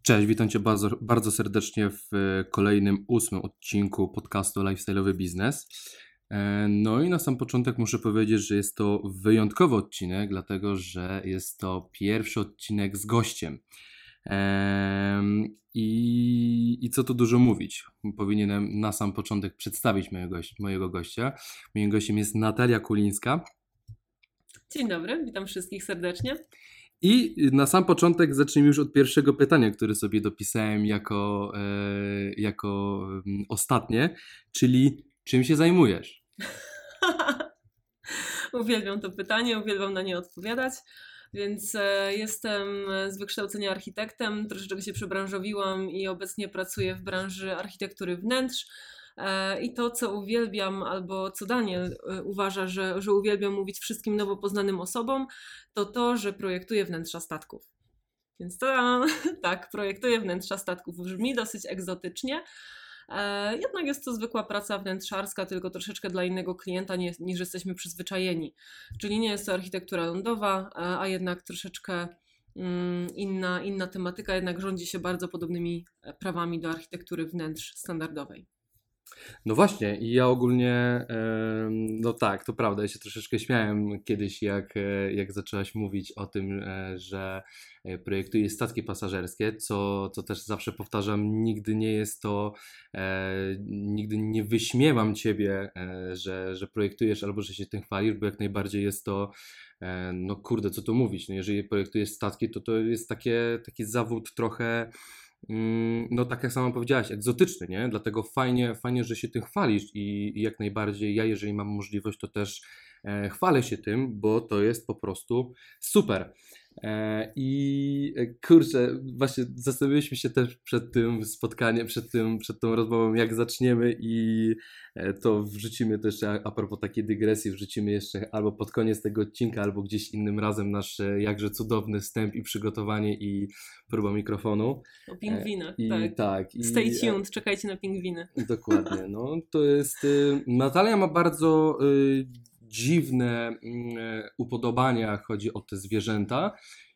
Cześć, witam Cię bardzo, bardzo serdecznie w kolejnym 8 odcinku podcastu Lifestyle'owy Biznes. No i na sam początek muszę powiedzieć, że jest to wyjątkowy odcinek, dlatego że jest to pierwszy odcinek z gościem. I co tu dużo mówić? Powinienem na sam początek przedstawić mojego gościa. Moim gościem jest Natalia Kulińska. Dzień dobry, witam wszystkich serdecznie. I na sam początek zacznijmy już od pierwszego pytania, które sobie dopisałem jako ostatnie, czyli czym się zajmujesz? Uwielbiam to pytanie, uwielbiam na nie odpowiadać, więc jestem z wykształcenia architektem, troszeczkę się przebranżowiłam i obecnie pracuję w branży architektury wnętrz. I to, co uwielbiam, albo co Daniel uważa, że uwielbiam mówić wszystkim nowo poznanym osobom, to, że projektuję wnętrza statków. Więc tak, projektuję wnętrza statków. Brzmi dosyć egzotycznie, jednak jest to zwykła praca wnętrzarska, tylko troszeczkę dla innego klienta niż jesteśmy przyzwyczajeni. Czyli nie jest to architektura lądowa, a jednak troszeczkę inna tematyka, jednak rządzi się bardzo podobnymi prawami do architektury wnętrz standardowej. No właśnie, i ja ogólnie, no tak, to prawda, ja się troszeczkę śmiałem kiedyś, jak zaczęłaś mówić o tym, że projektujesz statki pasażerskie, co też zawsze powtarzam, nigdy nie jest to, nigdy nie wyśmiewam Ciebie, że projektujesz albo że się tym chwalisz, bo jak najbardziej jest to, no kurde, co tu mówić, no jeżeli projektujesz statki, to jest taki zawód trochę, no tak jak sama powiedziałaś, egzotyczny, nie? Dlatego fajnie, że się tym chwalisz i jak najbardziej ja, jeżeli mam możliwość, to też chwalę się tym, bo to jest po prostu super. I kurczę, właśnie zastanawialiśmy się też przed tym spotkaniem, przed tą rozmową, jak zaczniemy i to wrzucimy też, a propos takiej dygresji, wrzucimy jeszcze albo pod koniec tego odcinka, albo gdzieś innym razem nasz jakże cudowny wstęp i przygotowanie i próba mikrofonu. O pingwinach, tak. Stay tuned, czekajcie na pingwiny. Dokładnie, no to jest, Natalia ma bardzo dziwne upodobania, chodzi o te zwierzęta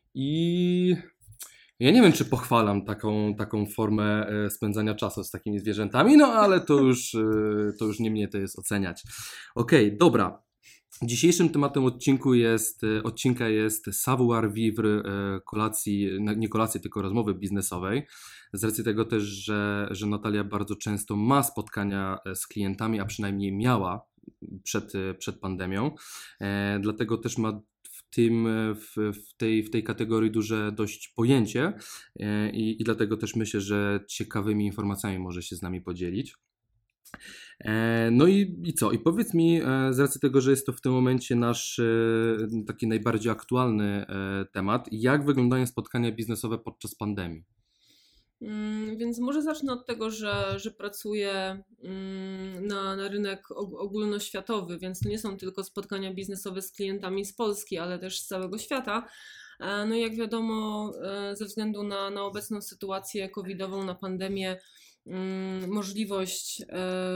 i ja nie wiem, czy pochwalam taką formę spędzania czasu z takimi zwierzętami, no ale to już nie mnie to jest oceniać. Okej, dobra. Dzisiejszym tematem odcinka jest savoir vivre nie kolacji, tylko rozmowy biznesowej. Z racji tego też, że Natalia bardzo często ma spotkania z klientami, a przynajmniej miała przed pandemią. Dlatego też ma w tej kategorii duże dość pojęcie i dlatego też myślę, że ciekawymi informacjami może się z nami podzielić. No i co? I powiedz mi, z racji tego, że jest to w tym momencie nasz taki najbardziej aktualny temat, jak wyglądają spotkania biznesowe podczas pandemii? Więc może zacznę od tego, że pracuję na rynek ogólnoświatowy, więc to nie są tylko spotkania biznesowe z klientami z Polski, ale też z całego świata. No i jak wiadomo, ze względu na obecną sytuację covidową, na pandemię, możliwość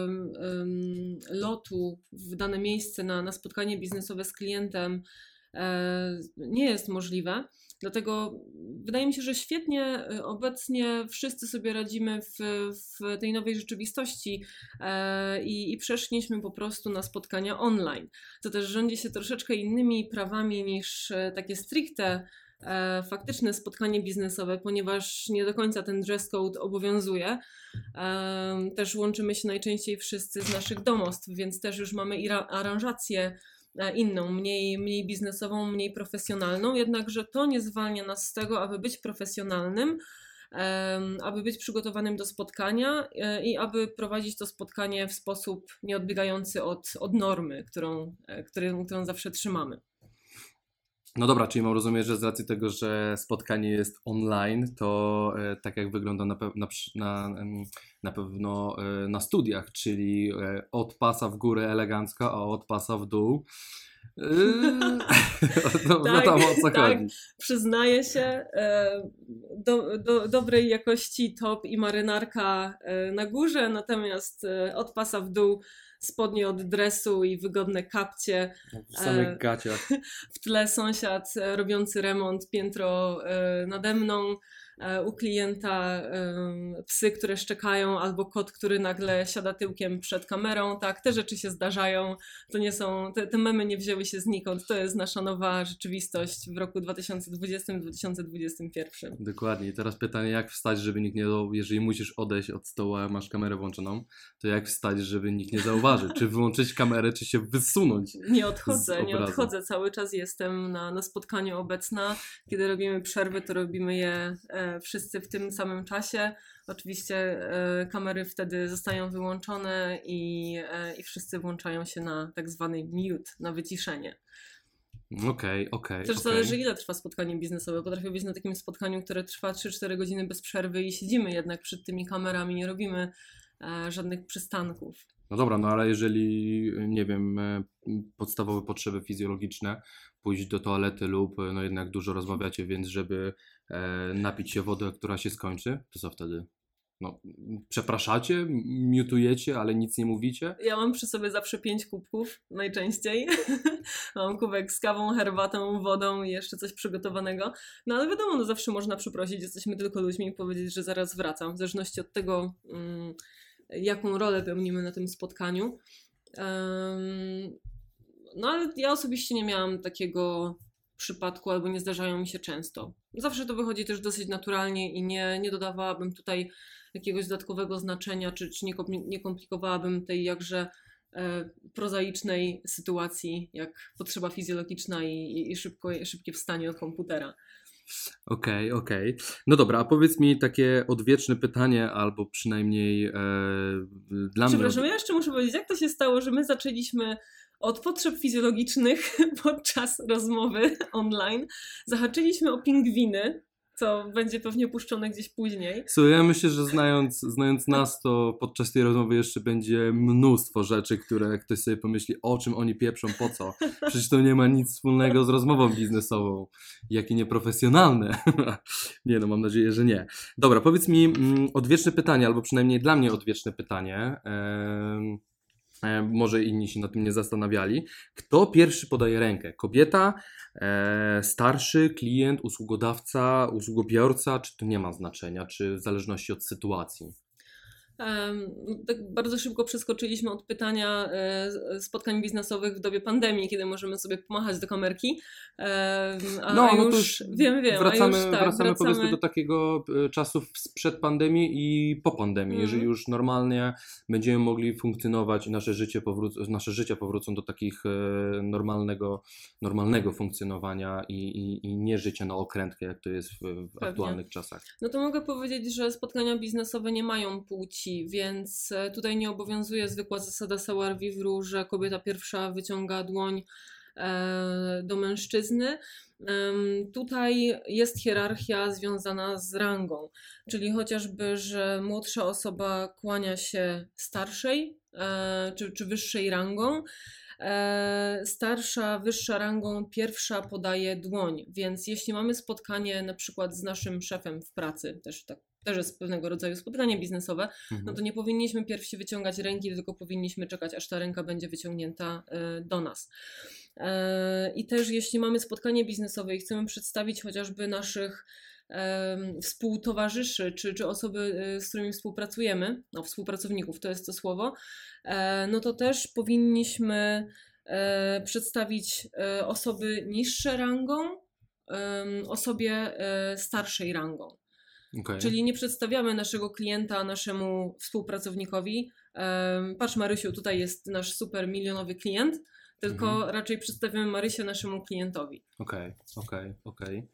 lotu w dane miejsce na spotkanie biznesowe z klientem nie jest możliwe. Dlatego wydaje mi się, że świetnie obecnie wszyscy sobie radzimy w tej nowej rzeczywistości i przeszliśmy po prostu na spotkania online. To też rządzi się troszeczkę innymi prawami niż takie stricte faktyczne spotkanie biznesowe, ponieważ nie do końca ten dress code obowiązuje. Też łączymy się najczęściej wszyscy z naszych domostw, więc też już mamy aranżację inną, mniej biznesową, mniej profesjonalną, jednakże to nie zwalnia nas z tego, aby być profesjonalnym, aby być przygotowanym do spotkania i aby prowadzić to spotkanie w sposób nieodbiegający od normy, którą zawsze trzymamy. No dobra, czyli mam rozumieć, że z racji tego, że spotkanie jest online, to tak jak wygląda na pewno na studiach, czyli od pasa w górę elegancko, a od pasa w dół. No wiadomo, o co chodzi. Przyznaję się, dobrej jakości top i marynarka na górze, natomiast od pasa w dół spodnie od dresu i wygodne kapcie. W samych gaciach. W tle sąsiad robiący remont piętro nade mną. u klienta psy, które szczekają, albo kot, który nagle siada tyłkiem przed kamerą. Tak, te rzeczy się zdarzają. To nie są, te memy nie wzięły się znikąd. To jest nasza nowa rzeczywistość w roku 2020-2021. Dokładnie. I teraz pytanie, jak wstać, żeby nikt nie... Jeżeli musisz odejść od stołu, a masz kamerę włączoną, to jak wstać, żeby nikt nie zauważył? Czy wyłączyć kamerę, czy się wysunąć? Nie odchodzę. Cały czas jestem na spotkaniu obecna. Kiedy robimy przerwy, to robimy je wszyscy w tym samym czasie. Oczywiście kamery wtedy zostają wyłączone i wszyscy włączają się na tak zwany mute, na wyciszenie. Okej. Też zależy, ile trwa spotkanie biznesowe. Potrafię być na takim spotkaniu, które trwa 3-4 godziny bez przerwy i siedzimy jednak przed tymi kamerami, nie robimy żadnych przystanków. No dobra, no ale jeżeli, nie wiem, podstawowe potrzeby fizjologiczne, pójść do toalety lub no jednak dużo rozmawiacie, więc żeby napić się wody, która się skończy, to co wtedy? No, przepraszacie, miutujecie, ale nic nie mówicie? Ja mam przy sobie zawsze 5 kubków, najczęściej. Mam kubek z kawą, herbatą, wodą i jeszcze coś przygotowanego. No ale wiadomo, no zawsze można przeprosić, jesteśmy tylko ludźmi i powiedzieć, że zaraz wracam, w zależności od tego, jaką rolę pełnimy na tym spotkaniu. No ale ja osobiście nie miałam takiego przypadku, albo nie zdarzają mi się często. Zawsze to wychodzi też dosyć naturalnie i nie dodawałabym tutaj jakiegoś dodatkowego znaczenia, czy nie komplikowałabym tej jakże prozaicznej sytuacji, jak potrzeba fizjologiczna i szybkie wstanie od komputera. Okej. No dobra, a powiedz mi takie odwieczne pytanie, albo przynajmniej dla mnie... Przepraszam, ja jeszcze muszę powiedzieć, jak to się stało, że my zaczęliśmy od potrzeb fizjologicznych podczas rozmowy online. Zahaczyliśmy o pingwiny, co będzie pewnie puszczone gdzieś później. Słuchaj, ja myślę, że znając nas, to podczas tej rozmowy jeszcze będzie mnóstwo rzeczy, które ktoś sobie pomyśli, o czym oni pieprzą, po co. Przecież to nie ma nic wspólnego z rozmową biznesową. Jakie nieprofesjonalne. Nie no, mam nadzieję, że nie. Dobra, powiedz mi odwieczne pytanie, albo przynajmniej dla mnie odwieczne pytanie. Może inni się nad tym nie zastanawiali. Kto pierwszy podaje rękę? Kobieta, starszy, klient, usługodawca, usługobiorca? Czy to nie ma znaczenia? Czy w zależności od sytuacji? Tak bardzo szybko przeskoczyliśmy od pytania spotkań biznesowych w dobie pandemii, kiedy możemy sobie pomachać do kamerki. Wracamy powiedzmy do takiego czasu sprzed pandemii i po pandemii, jeżeli już normalnie będziemy mogli funkcjonować i nasze życia powrócą do takich normalnego funkcjonowania i nie życia na okrętkę, jak to jest w aktualnych czasach. No to mogę powiedzieć, że spotkania biznesowe nie mają płci, więc tutaj nie obowiązuje zwykła zasada savoir-vivre, że kobieta pierwsza wyciąga dłoń do mężczyzny. Tutaj jest hierarchia związana z rangą, czyli chociażby, że młodsza osoba kłania się starszej czy wyższej rangą, starsza, wyższa rangą, pierwsza podaje dłoń, więc jeśli mamy spotkanie na przykład z naszym szefem w pracy, też jest pewnego rodzaju spotkanie biznesowe, no to nie powinniśmy pierwsi wyciągać ręki, tylko powinniśmy czekać, aż ta ręka będzie wyciągnięta do nas. I też jeśli mamy spotkanie biznesowe i chcemy przedstawić chociażby naszych współtowarzyszy, czy osoby, z którymi współpracujemy, współpracowników to jest to słowo, no to też powinniśmy przedstawić osoby niższe rangą, osobie starszej rangą. Okay. Czyli nie przedstawiamy naszego klienta naszemu współpracownikowi. Patrz Marysiu, tutaj jest nasz super milionowy klient, tylko raczej przedstawiamy Marysię naszemu klientowi. Okej.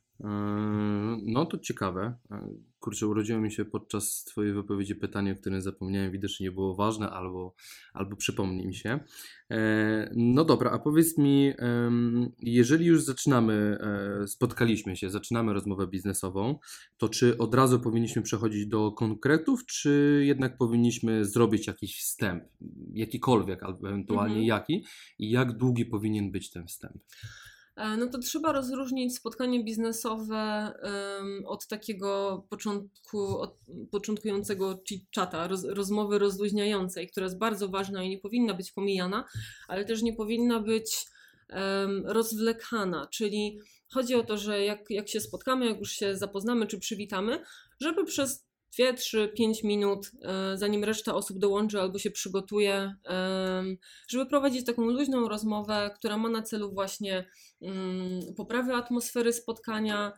No to ciekawe. Kurczę, urodziło mi się podczas twojej wypowiedzi pytanie, o którym zapomniałem, widocznie nie było ważne, albo przypomnij mi się. No dobra, a powiedz mi, jeżeli już spotkaliśmy się, zaczynamy rozmowę biznesową, to czy od razu powinniśmy przechodzić do konkretów, czy jednak powinniśmy zrobić jakiś wstęp, jakikolwiek, albo ewentualnie jaki, i jak długi powinien być ten wstęp? No to trzeba rozróżnić spotkanie biznesowe od takiego początkującego chit-chata, rozmowy rozluźniającej, która jest bardzo ważna i nie powinna być pomijana, ale też nie powinna być rozwlekana, czyli chodzi o to, że jak się spotkamy, jak już się zapoznamy czy przywitamy, żeby przez 2, 3, 5 minut, zanim reszta osób dołączy albo się przygotuje, żeby prowadzić taką luźną rozmowę, która ma na celu właśnie poprawę atmosfery spotkania,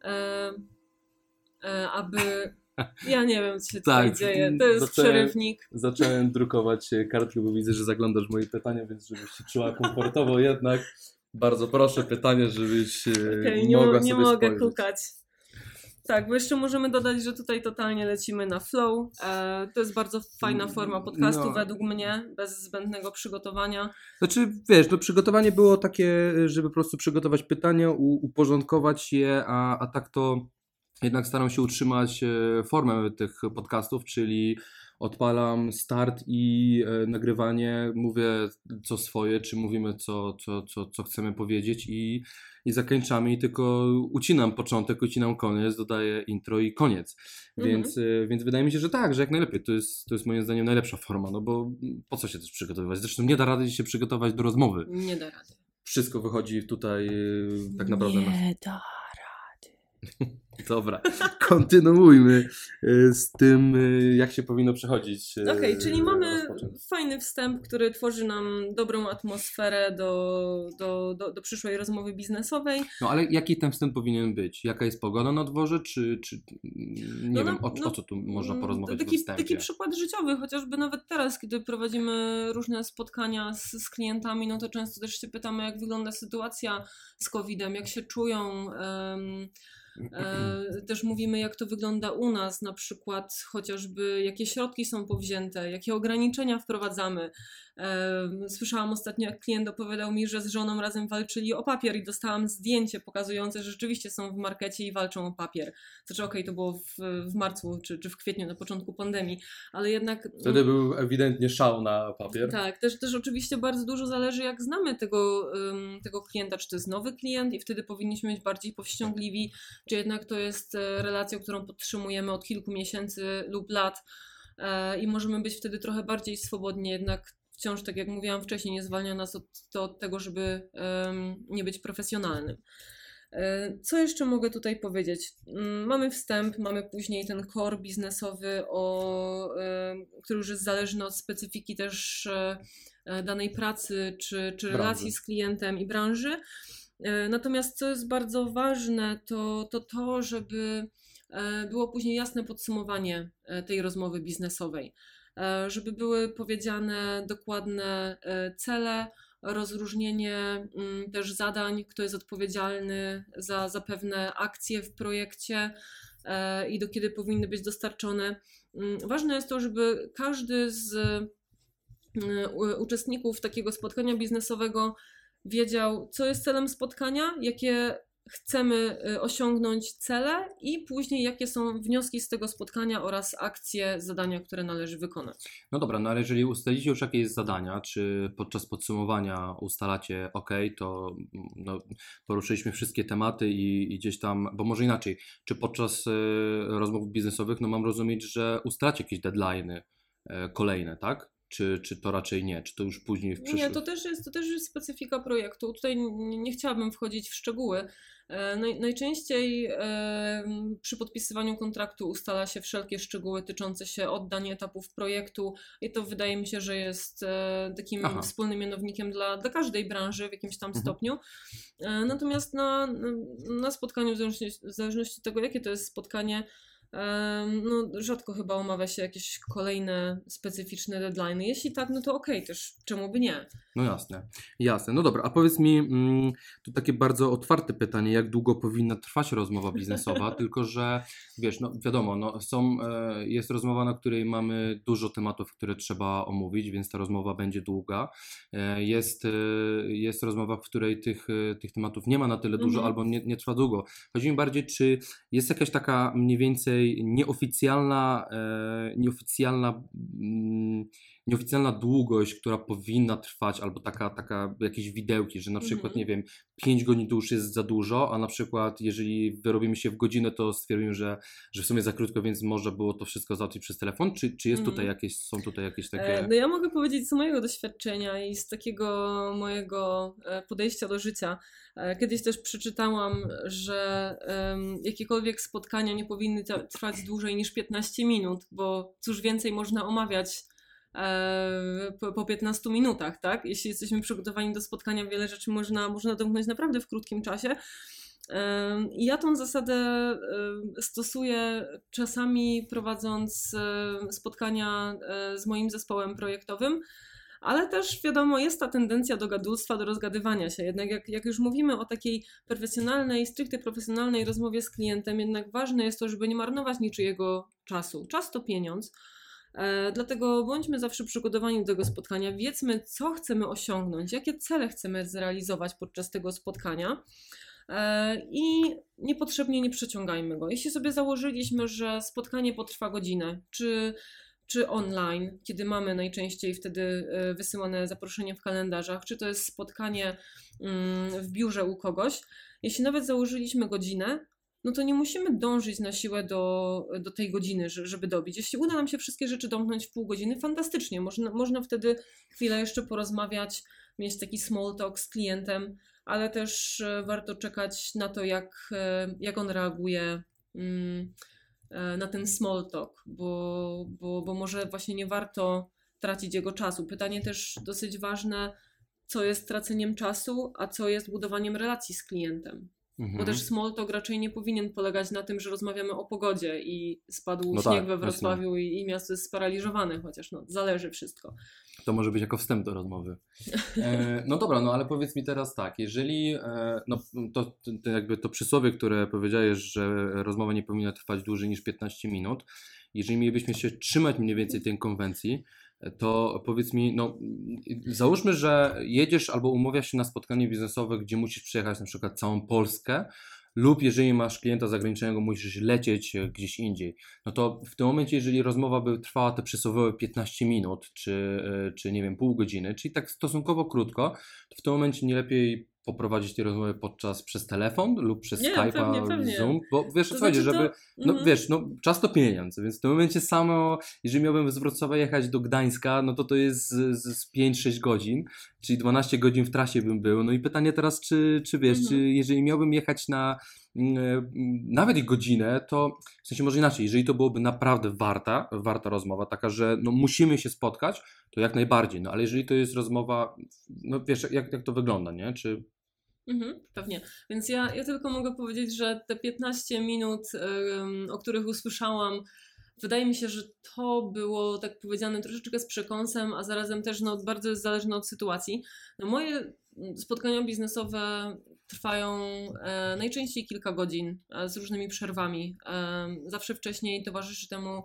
aby... Ja nie wiem, co się tutaj dzieje. To jest przerywnik. Zacząłem drukować kartki, bo widzę, że zaglądasz w moje pytania, więc żebyś się czuła komfortowo jednak. Bardzo proszę pytanie, żebyś mogła nie sobie mogę spojrzeć. kukać. Tak, bo jeszcze możemy dodać, że tutaj totalnie lecimy na flow. To jest bardzo fajna forma podcastu według mnie, bez zbędnego przygotowania. Znaczy, wiesz, przygotowanie było takie, żeby po prostu przygotować pytania, uporządkować je, a tak to jednak staram się utrzymać formę tych podcastów, czyli odpalam start i nagrywanie, mówię co swoje, czy mówimy co chcemy powiedzieć i zakończamy i tylko ucinam początek, ucinam koniec, dodaję intro i koniec. Więc wydaje mi się, że tak, że jak najlepiej. To jest moim zdaniem najlepsza forma, no bo po co się też przygotowywać? Zresztą nie da rady się przygotować do rozmowy. Nie da rady. Wszystko wychodzi tutaj tak naprawdę. Nie da rady. Dobra, kontynuujmy z tym, jak się powinno przechodzić. Okej, czyli mamy fajny wstęp, który tworzy nam dobrą atmosferę do przyszłej rozmowy biznesowej. No ale jaki ten wstęp powinien być? Jaka jest pogoda na dworze? Czy nie wiem, o co tu można porozmawiać w wstępie? Taki przykład życiowy, chociażby nawet teraz, kiedy prowadzimy różne spotkania z klientami, no to często też się pytamy, jak wygląda sytuacja z COVID-em, jak się czują. Też mówimy, jak to wygląda u nas, na przykład chociażby jakie środki są powzięte, jakie ograniczenia wprowadzamy. Słyszałam ostatnio, jak klient opowiadał mi, że z żoną razem walczyli o papier i dostałam zdjęcie pokazujące, że rzeczywiście są w markecie i walczą o papier. Znaczy okej, to było w marcu czy w kwietniu, na początku pandemii, ale jednak... Wtedy był ewidentnie szał na papier. Tak, też oczywiście bardzo dużo zależy, jak znamy tego klienta, czy to jest nowy klient i wtedy powinniśmy być bardziej powściągliwi, czy jednak to jest relacja, którą podtrzymujemy od kilku miesięcy lub lat i możemy być wtedy trochę bardziej swobodni, jednak wciąż, tak jak mówiłam wcześniej, nie zwalnia nas od tego, żeby nie być profesjonalnym. Co jeszcze mogę tutaj powiedzieć? Mamy wstęp, mamy później ten core biznesowy, który już jest zależny od specyfiki też danej pracy czy relacji z klientem i branży. Natomiast co jest bardzo ważne, to żeby było później jasne podsumowanie tej rozmowy biznesowej, żeby były powiedziane dokładne cele, rozróżnienie też zadań, kto jest odpowiedzialny za pewne akcje w projekcie i do kiedy powinny być dostarczone. Ważne jest to, żeby każdy z uczestników takiego spotkania biznesowego wiedział, co jest celem spotkania, jakie chcemy osiągnąć cele i później jakie są wnioski z tego spotkania oraz akcje, zadania, które należy wykonać. No dobra, no ale jeżeli ustalicie już jakie jest zadania, czy podczas podsumowania ustalacie, to poruszyliśmy wszystkie tematy i gdzieś tam, bo może inaczej, czy podczas rozmów biznesowych, mam rozumieć, że ustalacie jakieś deadline'y kolejne, tak? Czy to raczej nie? Czy to już później w przyszłości? Nie, to też jest specyfika projektu. Tutaj nie chciałabym wchodzić w szczegóły. Najczęściej przy podpisywaniu kontraktu ustala się wszelkie szczegóły tyczące się oddań, etapów projektu i to wydaje mi się, że jest takim wspólnym mianownikiem dla każdej branży w jakimś tam stopniu. Natomiast na spotkaniu, w zależności od tego, jakie to jest spotkanie, rzadko chyba omawia się jakieś kolejne specyficzne deadline'y. Jeśli tak, to okej, też czemu by nie? No jasne. No dobra, a powiedz mi, to takie bardzo otwarte pytanie, jak długo powinna trwać rozmowa biznesowa, tylko że wiesz, wiadomo, jest rozmowa, na której mamy dużo tematów, które trzeba omówić, więc ta rozmowa będzie długa. Jest rozmowa, w której tych tematów nie ma na tyle dużo, albo nie trwa długo. Chodzi mi bardziej, czy jest jakaś taka mniej więcej nieoficjalna nieoficjalna długość, która powinna trwać, albo taka jakieś widełki, że na przykład, nie wiem, 5 godzin to już jest za dużo, a na przykład jeżeli wyrobimy się w godzinę, to stwierdzimy, że w sumie za krótko, więc można było to wszystko załatwić przez telefon, czy jest tutaj są tutaj jakieś takie... No ja mogę powiedzieć z mojego doświadczenia i z takiego mojego podejścia do życia. Kiedyś też przeczytałam, że jakiekolwiek spotkania nie powinny trwać dłużej niż 15 minut, bo cóż więcej można omawiać po 15 minutach, tak? Jeśli jesteśmy przygotowani do spotkania, wiele rzeczy można domknąć naprawdę w krótkim czasie. I ja tą zasadę stosuję czasami prowadząc spotkania z moim zespołem projektowym, ale też wiadomo, jest ta tendencja do gadulstwa, do rozgadywania się. Jednak jak już mówimy o takiej profesjonalnej, stricte profesjonalnej rozmowie z klientem, jednak ważne jest to, żeby nie marnować niczyjego czasu. Czas to pieniądz. Dlatego bądźmy zawsze przygotowani do tego spotkania, wiedzmy, co chcemy osiągnąć, jakie cele chcemy zrealizować podczas tego spotkania i niepotrzebnie nie przeciągajmy go. Jeśli sobie założyliśmy, że spotkanie potrwa godzinę, czy online, kiedy mamy najczęściej wtedy wysyłane zaproszenie w kalendarzach, czy to jest spotkanie w biurze u kogoś, jeśli nawet założyliśmy godzinę, no to nie musimy dążyć na siłę do tej godziny, żeby dobić. Jeśli uda nam się wszystkie rzeczy domknąć w pół godziny, fantastycznie. Można wtedy chwilę jeszcze porozmawiać, mieć taki small talk z klientem, ale też warto czekać na to, jak on reaguje na ten small talk, bo może właśnie nie warto tracić jego czasu. Pytanie też dosyć ważne, co jest traceniem czasu, a co jest budowaniem relacji z klientem. Bo też small talk raczej nie powinien polegać na tym, że rozmawiamy o pogodzie i spadł śnieg we Wrocławiu i miasto jest sparaliżowane, chociaż zależy wszystko. To może być jako wstęp do rozmowy. No dobra, ale powiedz mi teraz tak, jeżeli to jakby to przysłowie, które powiedziałeś, że rozmowa nie powinna trwać dłużej niż 15 minut, jeżeli mielibyśmy się trzymać mniej więcej tej konwencji, to powiedz mi, załóżmy, że jedziesz albo umawiasz się na spotkanie biznesowe, gdzie musisz przejechać na przykład całą Polskę, lub jeżeli masz klienta zagranicznego, musisz lecieć gdzieś indziej. No to w tym momencie, jeżeli rozmowa by trwała te przysłowiowe 15 minut, czy nie wiem, pół godziny, czyli tak stosunkowo krótko, to w tym momencie nie lepiej poprowadzić tej rozmowy przez telefon lub przez Skype'a, pewnie. Zoom, bo wiesz o co chodzi, żeby, czas to pieniądz, więc w tym momencie samo, jeżeli miałbym z Wrocławia jechać do Gdańska, no to jest z 5-6 godzin, czyli 12 godzin w trasie bym był, no i pytanie teraz, czy wiesz, czy jeżeli miałbym jechać na nawet i godzinę, to w sensie może inaczej, jeżeli to byłoby naprawdę warta rozmowa, taka, że musimy się spotkać, to jak najbardziej, ale jeżeli to jest rozmowa, wiesz jak to wygląda, nie? Czy... Pewnie. Więc ja tylko mogę powiedzieć, że te 15 minut, o których usłyszałam, wydaje mi się, że to było tak powiedziane troszeczkę z przekąsem, a zarazem też bardzo jest zależne od sytuacji. Moje spotkania biznesowa trwają najczęściej kilka godzin z różnymi przerwami. Zawsze wcześniej towarzyszy temu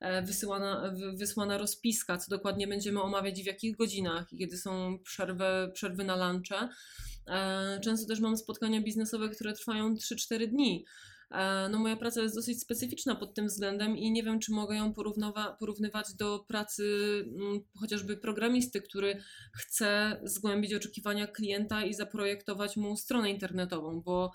wysłana rozpiska, co dokładnie będziemy omawiać i w jakich godzinach, i kiedy są przerwy na lunche. Często też mam spotkania biznesowe, które trwają 3-4 dni. Moja praca jest dosyć specyficzna pod tym względem i nie wiem, czy mogę ją porównywać do pracy chociażby programisty, który chce zgłębić oczekiwania klienta i zaprojektować mu stronę internetową, bo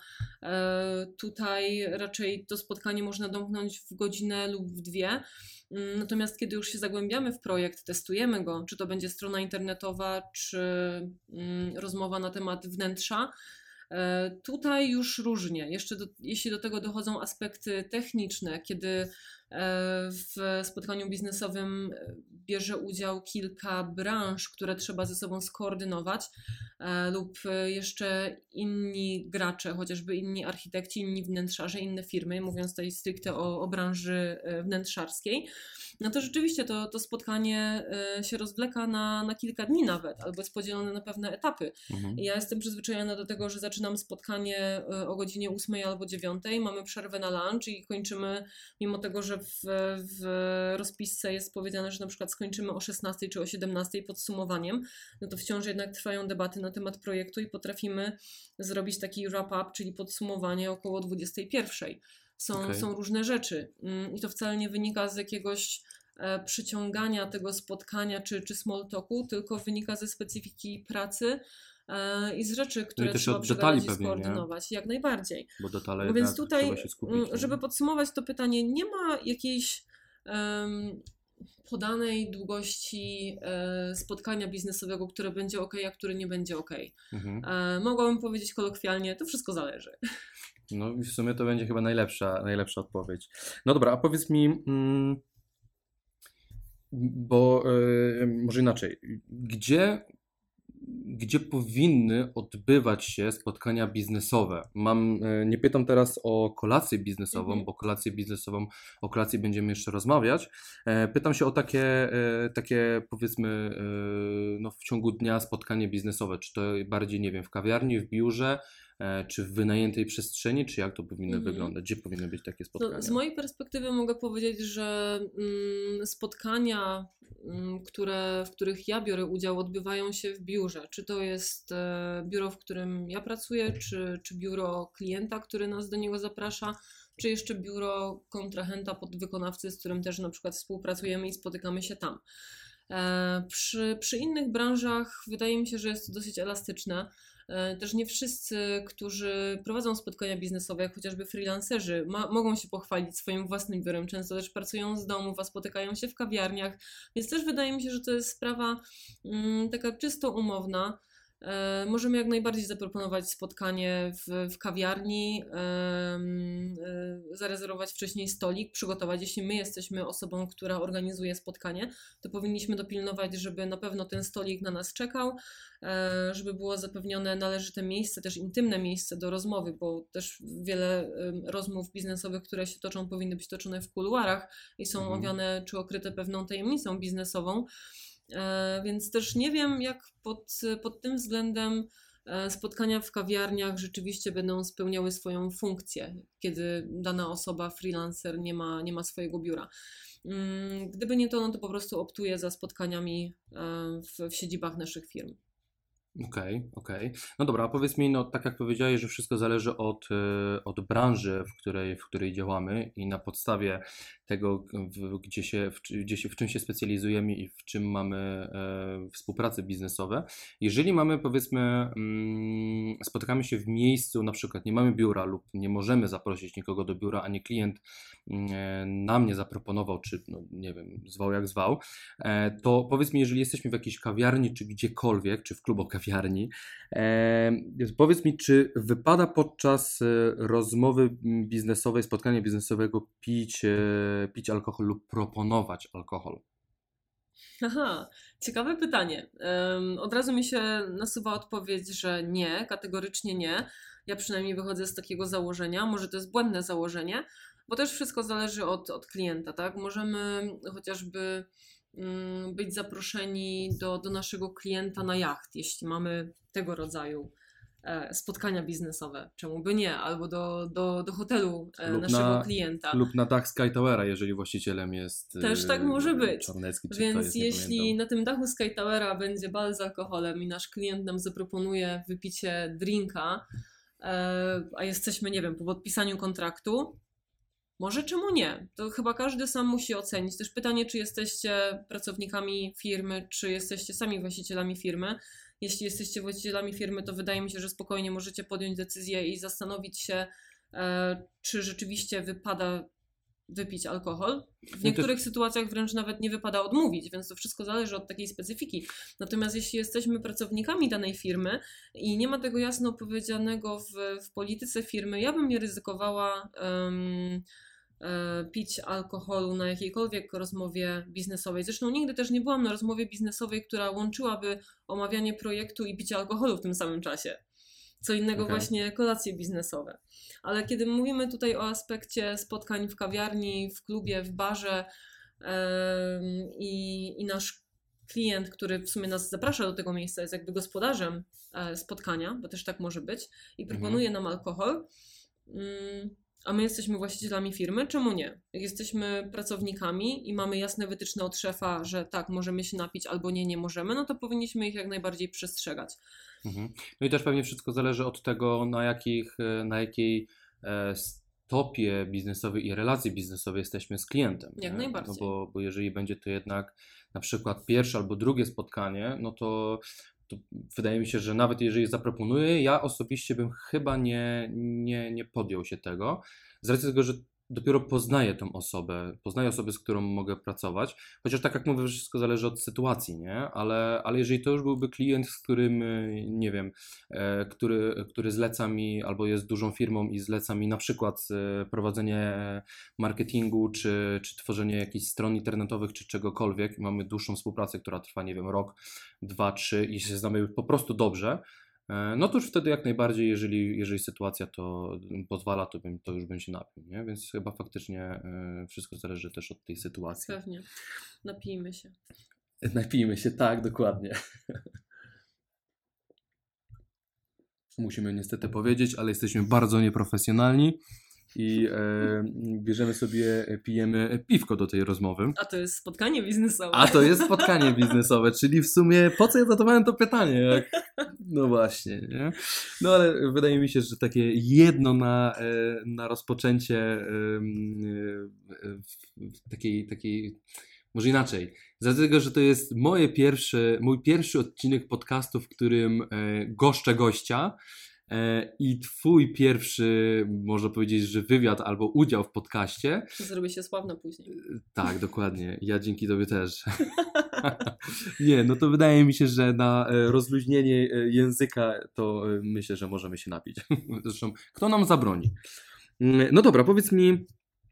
tutaj raczej to spotkanie można domknąć w godzinę lub w 2. Natomiast kiedy już się zagłębiamy w projekt, testujemy go, czy to będzie strona internetowa, czy rozmowa na temat wnętrza, tutaj już różnie. Jeszcze jeśli do tego dochodzą aspekty techniczne, kiedy w spotkaniu biznesowym bierze udział kilka branż, które trzeba ze sobą skoordynować, lub jeszcze inni gracze, chociażby inni architekci, inni wnętrzarze, inne firmy, mówiąc tutaj stricte o branży wnętrzarskiej, no to rzeczywiście to spotkanie się rozwleka na kilka dni nawet, albo jest podzielone na pewne etapy. Ja jestem przyzwyczajona do tego, że zaczynam spotkanie o godzinie 8 albo 9, mamy przerwę na lunch i kończymy, mimo tego, że w rozpisce jest powiedziane, że na przykład skończymy o 16 czy o 17 podsumowaniem, no to wciąż jednak trwają debaty na temat projektu i potrafimy zrobić taki wrap-up, czyli podsumowanie około 21. Są różne rzeczy i to wcale nie wynika z jakiegoś przyciągania tego spotkania czy small talku, tylko wynika ze specyfiki pracy i z rzeczy, które też trzeba od detali przegadać i pewnie, nie? skoordynować, jak najbardziej. Bo detale No więc jednak tutaj, trzeba się skupić. żeby podsumować to pytanie, nie ma jakiejś podanej długości spotkania biznesowego, które będzie ok, a które nie będzie ok. Mogłabym powiedzieć kolokwialnie, to wszystko zależy. No i w sumie to będzie chyba najlepsza odpowiedź. No dobra, a powiedz mi, bo może inaczej, gdzie powinny odbywać się spotkania biznesowe? Nie pytam teraz o kolację biznesową, bo o kolacji będziemy jeszcze rozmawiać. Pytam się o takie powiedzmy no, w ciągu dnia spotkanie biznesowe. Czy to bardziej, nie wiem, w kawiarni, w biurze, czy w wynajętej przestrzeni, czy jak to powinno wyglądać? Gdzie powinny być takie spotkania? No, z mojej perspektywy mogę powiedzieć, że spotkania, w których ja biorę udział, odbywają się w biurze. Czy to jest biuro, w którym ja pracuję, czy biuro klienta, który nas do niego zaprasza, czy jeszcze biuro kontrahenta, podwykonawcy, z którym też na przykład współpracujemy i spotykamy się tam. Przy innych branżach wydaje mi się, że jest to dosyć elastyczne. Też nie wszyscy, którzy prowadzą spotkania biznesowe, jak chociażby freelancerzy, mogą się pochwalić swoim własnym biurem. Często też pracują z domu, a spotykają się w kawiarniach, więc też wydaje mi się, że to jest sprawa taka czysto umowna. Możemy jak najbardziej zaproponować spotkanie w kawiarni, zarezerwować wcześniej stolik, przygotować. Jeśli my jesteśmy osobą, która organizuje spotkanie, to powinniśmy dopilnować, żeby na pewno ten stolik na nas czekał, żeby było zapewnione należyte miejsce, też intymne miejsce do rozmowy, bo też wiele rozmów biznesowych, które się toczą, powinny być toczone w kuluarach i są owiane czy okryte pewną tajemnicą biznesową. Więc też nie wiem, jak pod tym względem spotkania w kawiarniach rzeczywiście będą spełniały swoją funkcję, kiedy dana osoba, freelancer nie ma swojego biura. Gdyby nie to, no to po prostu optuję za spotkaniami w siedzibach naszych firm. Okej. No dobra, a powiedz mi, no tak jak powiedziałeś, że wszystko zależy od branży, w której działamy i na podstawie tego, w czym się specjalizujemy i w czym mamy współprace biznesowe. Jeżeli mamy, powiedzmy, spotykamy się w miejscu, na przykład nie mamy biura lub nie możemy zaprosić nikogo do biura, ani klient nam nie zaproponował, czy no, nie wiem, zwał jak zwał, to powiedz mi, jeżeli jesteśmy w jakiejś kawiarni, czy gdziekolwiek, czy w klubu kawiarni, powiedz mi, czy wypada podczas rozmowy biznesowej, spotkania biznesowego pić alkohol lub proponować alkohol? Aha, ciekawe pytanie. Od razu mi się nasuwa odpowiedź, że nie, kategorycznie nie. Ja przynajmniej wychodzę z takiego założenia, może to jest błędne założenie, bo też wszystko zależy od klienta, tak? Możemy chociażby być zaproszeni do naszego klienta na jacht, jeśli mamy tego rodzaju spotkania biznesowe, czemu by nie, albo do hotelu naszego klienta. Lub na dach Sky Towera, jeżeli właścicielem jest też tak może być. Czarnecki, czy więc jest, jeśli na tym dachu Sky Towera będzie bal z alkoholem i nasz klient nam zaproponuje wypicie drinka, a jesteśmy, nie wiem, po podpisaniu kontraktu, może czemu nie? To chyba każdy sam musi ocenić. Też pytanie, czy jesteście pracownikami firmy, czy jesteście sami właścicielami firmy. Jeśli jesteście właścicielami firmy, to wydaje mi się, że spokojnie możecie podjąć decyzję i zastanowić się, czy rzeczywiście wypada wypić alkohol. W niektórych sytuacjach wręcz nawet nie wypada odmówić, więc to wszystko zależy od takiej specyfiki. Natomiast jeśli jesteśmy pracownikami danej firmy i nie ma tego jasno powiedzianego w polityce firmy, ja bym nie ryzykowała pić alkoholu na jakiejkolwiek rozmowie biznesowej. Zresztą nigdy też nie byłam na rozmowie biznesowej, która łączyłaby omawianie projektu i picie alkoholu w tym samym czasie. Co innego właśnie kolacje biznesowe. Ale kiedy mówimy tutaj o aspekcie spotkań w kawiarni, w klubie, w barze i nasz klient, który w sumie nas zaprasza do tego miejsca, jest jakby gospodarzem spotkania, bo też tak może być, i proponuje nam alkohol, a my jesteśmy właścicielami firmy, czemu nie? Jak jesteśmy pracownikami i mamy jasne wytyczne od szefa, że tak, możemy się napić albo nie możemy, no to powinniśmy ich jak najbardziej przestrzegać. No i też pewnie wszystko zależy od tego, na jakiej topie biznesowej i relacji biznesowej jesteśmy z klientem. Jak nie? najbardziej. No bo jeżeli będzie to jednak na przykład pierwsze albo drugie spotkanie, no to wydaje mi się, że nawet jeżeli zaproponuję, ja osobiście bym chyba nie podjął się tego, z racji tego, że dopiero poznaję tą osobę, poznaję osobę, z którą mogę pracować, chociaż tak jak mówię, wszystko zależy od sytuacji, nie? Ale jeżeli to już byłby klient, z którym, nie wiem, który zleca mi, albo jest dużą firmą i zleca mi na przykład prowadzenie marketingu, czy tworzenie jakichś stron internetowych, czy czegokolwiek, i mamy dłuższą współpracę, która trwa, nie wiem, rok, 2, 3 i się znamy po prostu dobrze, no to już wtedy jak najbardziej, jeżeli sytuacja to pozwala, to już bym się napił, nie? Więc chyba faktycznie wszystko zależy też od tej sytuacji. Pewnie. Napijmy się. Napijmy się, tak, dokładnie. Musimy niestety powiedzieć, ale jesteśmy bardzo nieprofesjonalni i bierzemy sobie, pijemy piwko do tej rozmowy. A to jest spotkanie biznesowe. A to jest spotkanie biznesowe, czyli w sumie po co ja zadawałem to pytanie? No właśnie, nie? No ale wydaje mi się, że takie jedno na rozpoczęcie takiej, może inaczej, dlatego, że to jest mój pierwszy odcinek podcastu, w którym goszczę gościa. I twój pierwszy, można powiedzieć, że wywiad albo udział w podcaście. Zrobi się sławna później. Tak, dokładnie. Ja dzięki tobie też. Nie, no to wydaje mi się, że na rozluźnienie języka to myślę, że możemy się napić. Zresztą, kto nam zabroni? No dobra, powiedz mi,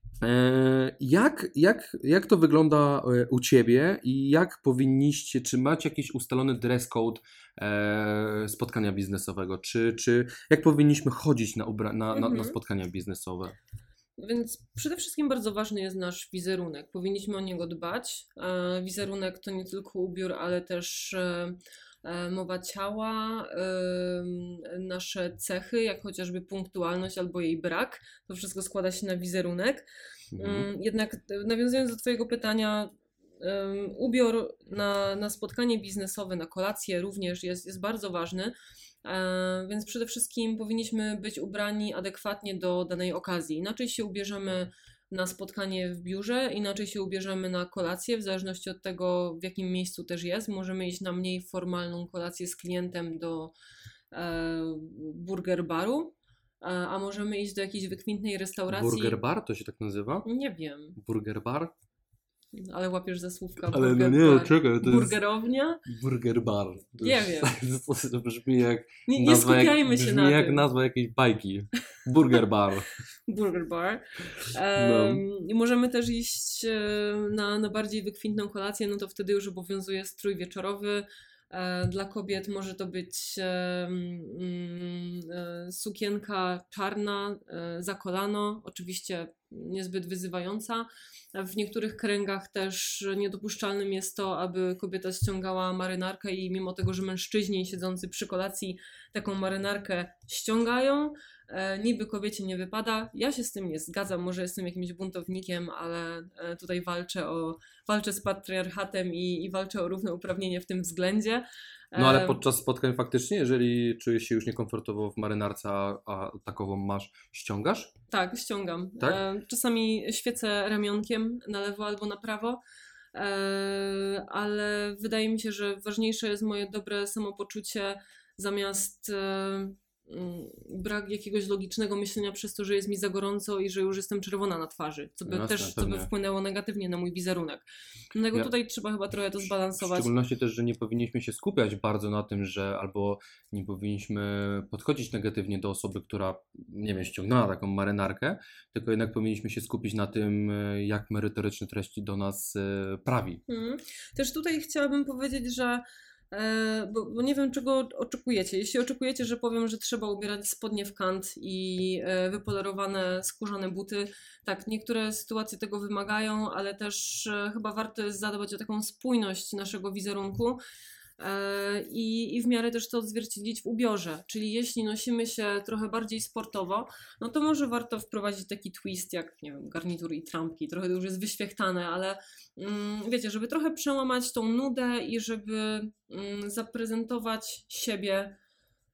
jak to wygląda u Ciebie i jak powinniście, czy macie jakiś ustalony dress code spotkania biznesowego, czy jak powinniśmy chodzić na spotkania biznesowe? Więc przede wszystkim bardzo ważny jest nasz wizerunek. Powinniśmy o niego dbać. Wizerunek to nie tylko ubiór, ale też mowa ciała, nasze cechy, jak chociażby punktualność albo jej brak. To wszystko składa się na wizerunek. Jednak nawiązując do Twojego pytania, ubiór na spotkanie biznesowe, na kolację również jest bardzo ważny. Więc przede wszystkim powinniśmy być ubrani adekwatnie do danej okazji. Inaczej się ubierzemy na spotkanie w biurze, inaczej się ubierzemy na kolację, w zależności od tego, w jakim miejscu też jest. Możemy iść na mniej formalną kolację z klientem do burger baru, a możemy iść do jakiejś wykwintnej restauracji. Burger bar? To się tak nazywa? Nie wiem. Burger bar? Ale łapiesz za słówka. Ale burger no nie, bar. czekaj, to Burgerownia? jest Burger bar. Nie wiem. To brzmi jak Nie skupiajmy się na jak tym. nazwa jakiejś bajki. Burger bar. Burger bar. I możemy też iść na bardziej wykwintną kolację, no to wtedy już obowiązuje strój wieczorowy. Dla kobiet może to być sukienka czarna za kolano, oczywiście niezbyt wyzywająca. W niektórych kręgach też niedopuszczalnym jest to, aby kobieta ściągała marynarkę i mimo tego, że mężczyźni siedzący przy kolacji taką marynarkę ściągają, niby kobiecie nie wypada. Ja się z tym nie zgadzam, może jestem jakimś buntownikiem, ale tutaj walczę z patriarchatem i walczę o równouprawnienie w tym względzie. No ale podczas spotkań faktycznie, jeżeli czujesz się już niekomfortowo w marynarce, a takową masz, ściągasz? Tak, ściągam. Tak? Czasami świecę ramionkiem na lewo albo na prawo, ale wydaje mi się, że ważniejsze jest moje dobre samopoczucie zamiast brak jakiegoś logicznego myślenia przez to, że jest mi za gorąco i że już jestem czerwona na twarzy, co by wpłynęło negatywnie na mój wizerunek. Dlatego tutaj trzeba chyba trochę to zbalansować. W szczególności też, że nie powinniśmy się skupiać bardzo na tym, że albo nie powinniśmy podchodzić negatywnie do osoby, która, nie wiem, ściągnęła taką marynarkę, tylko jednak powinniśmy się skupić na tym, jak merytoryczne treści do nas prawi. Też tutaj chciałabym powiedzieć, że bo nie wiem, czego oczekujecie. Jeśli oczekujecie, że powiem, że trzeba ubierać spodnie w kant i wypolerowane skórzane buty, tak, niektóre sytuacje tego wymagają, ale też chyba warto jest zadbać o taką spójność naszego wizerunku i w miarę też to odzwierciedlić w ubiorze. Czyli jeśli nosimy się trochę bardziej sportowo, no to może warto wprowadzić taki twist jak, nie wiem, garnitur i trampki. Trochę to już jest wyświechtane, ale wiecie, żeby trochę przełamać tą nudę i żeby zaprezentować siebie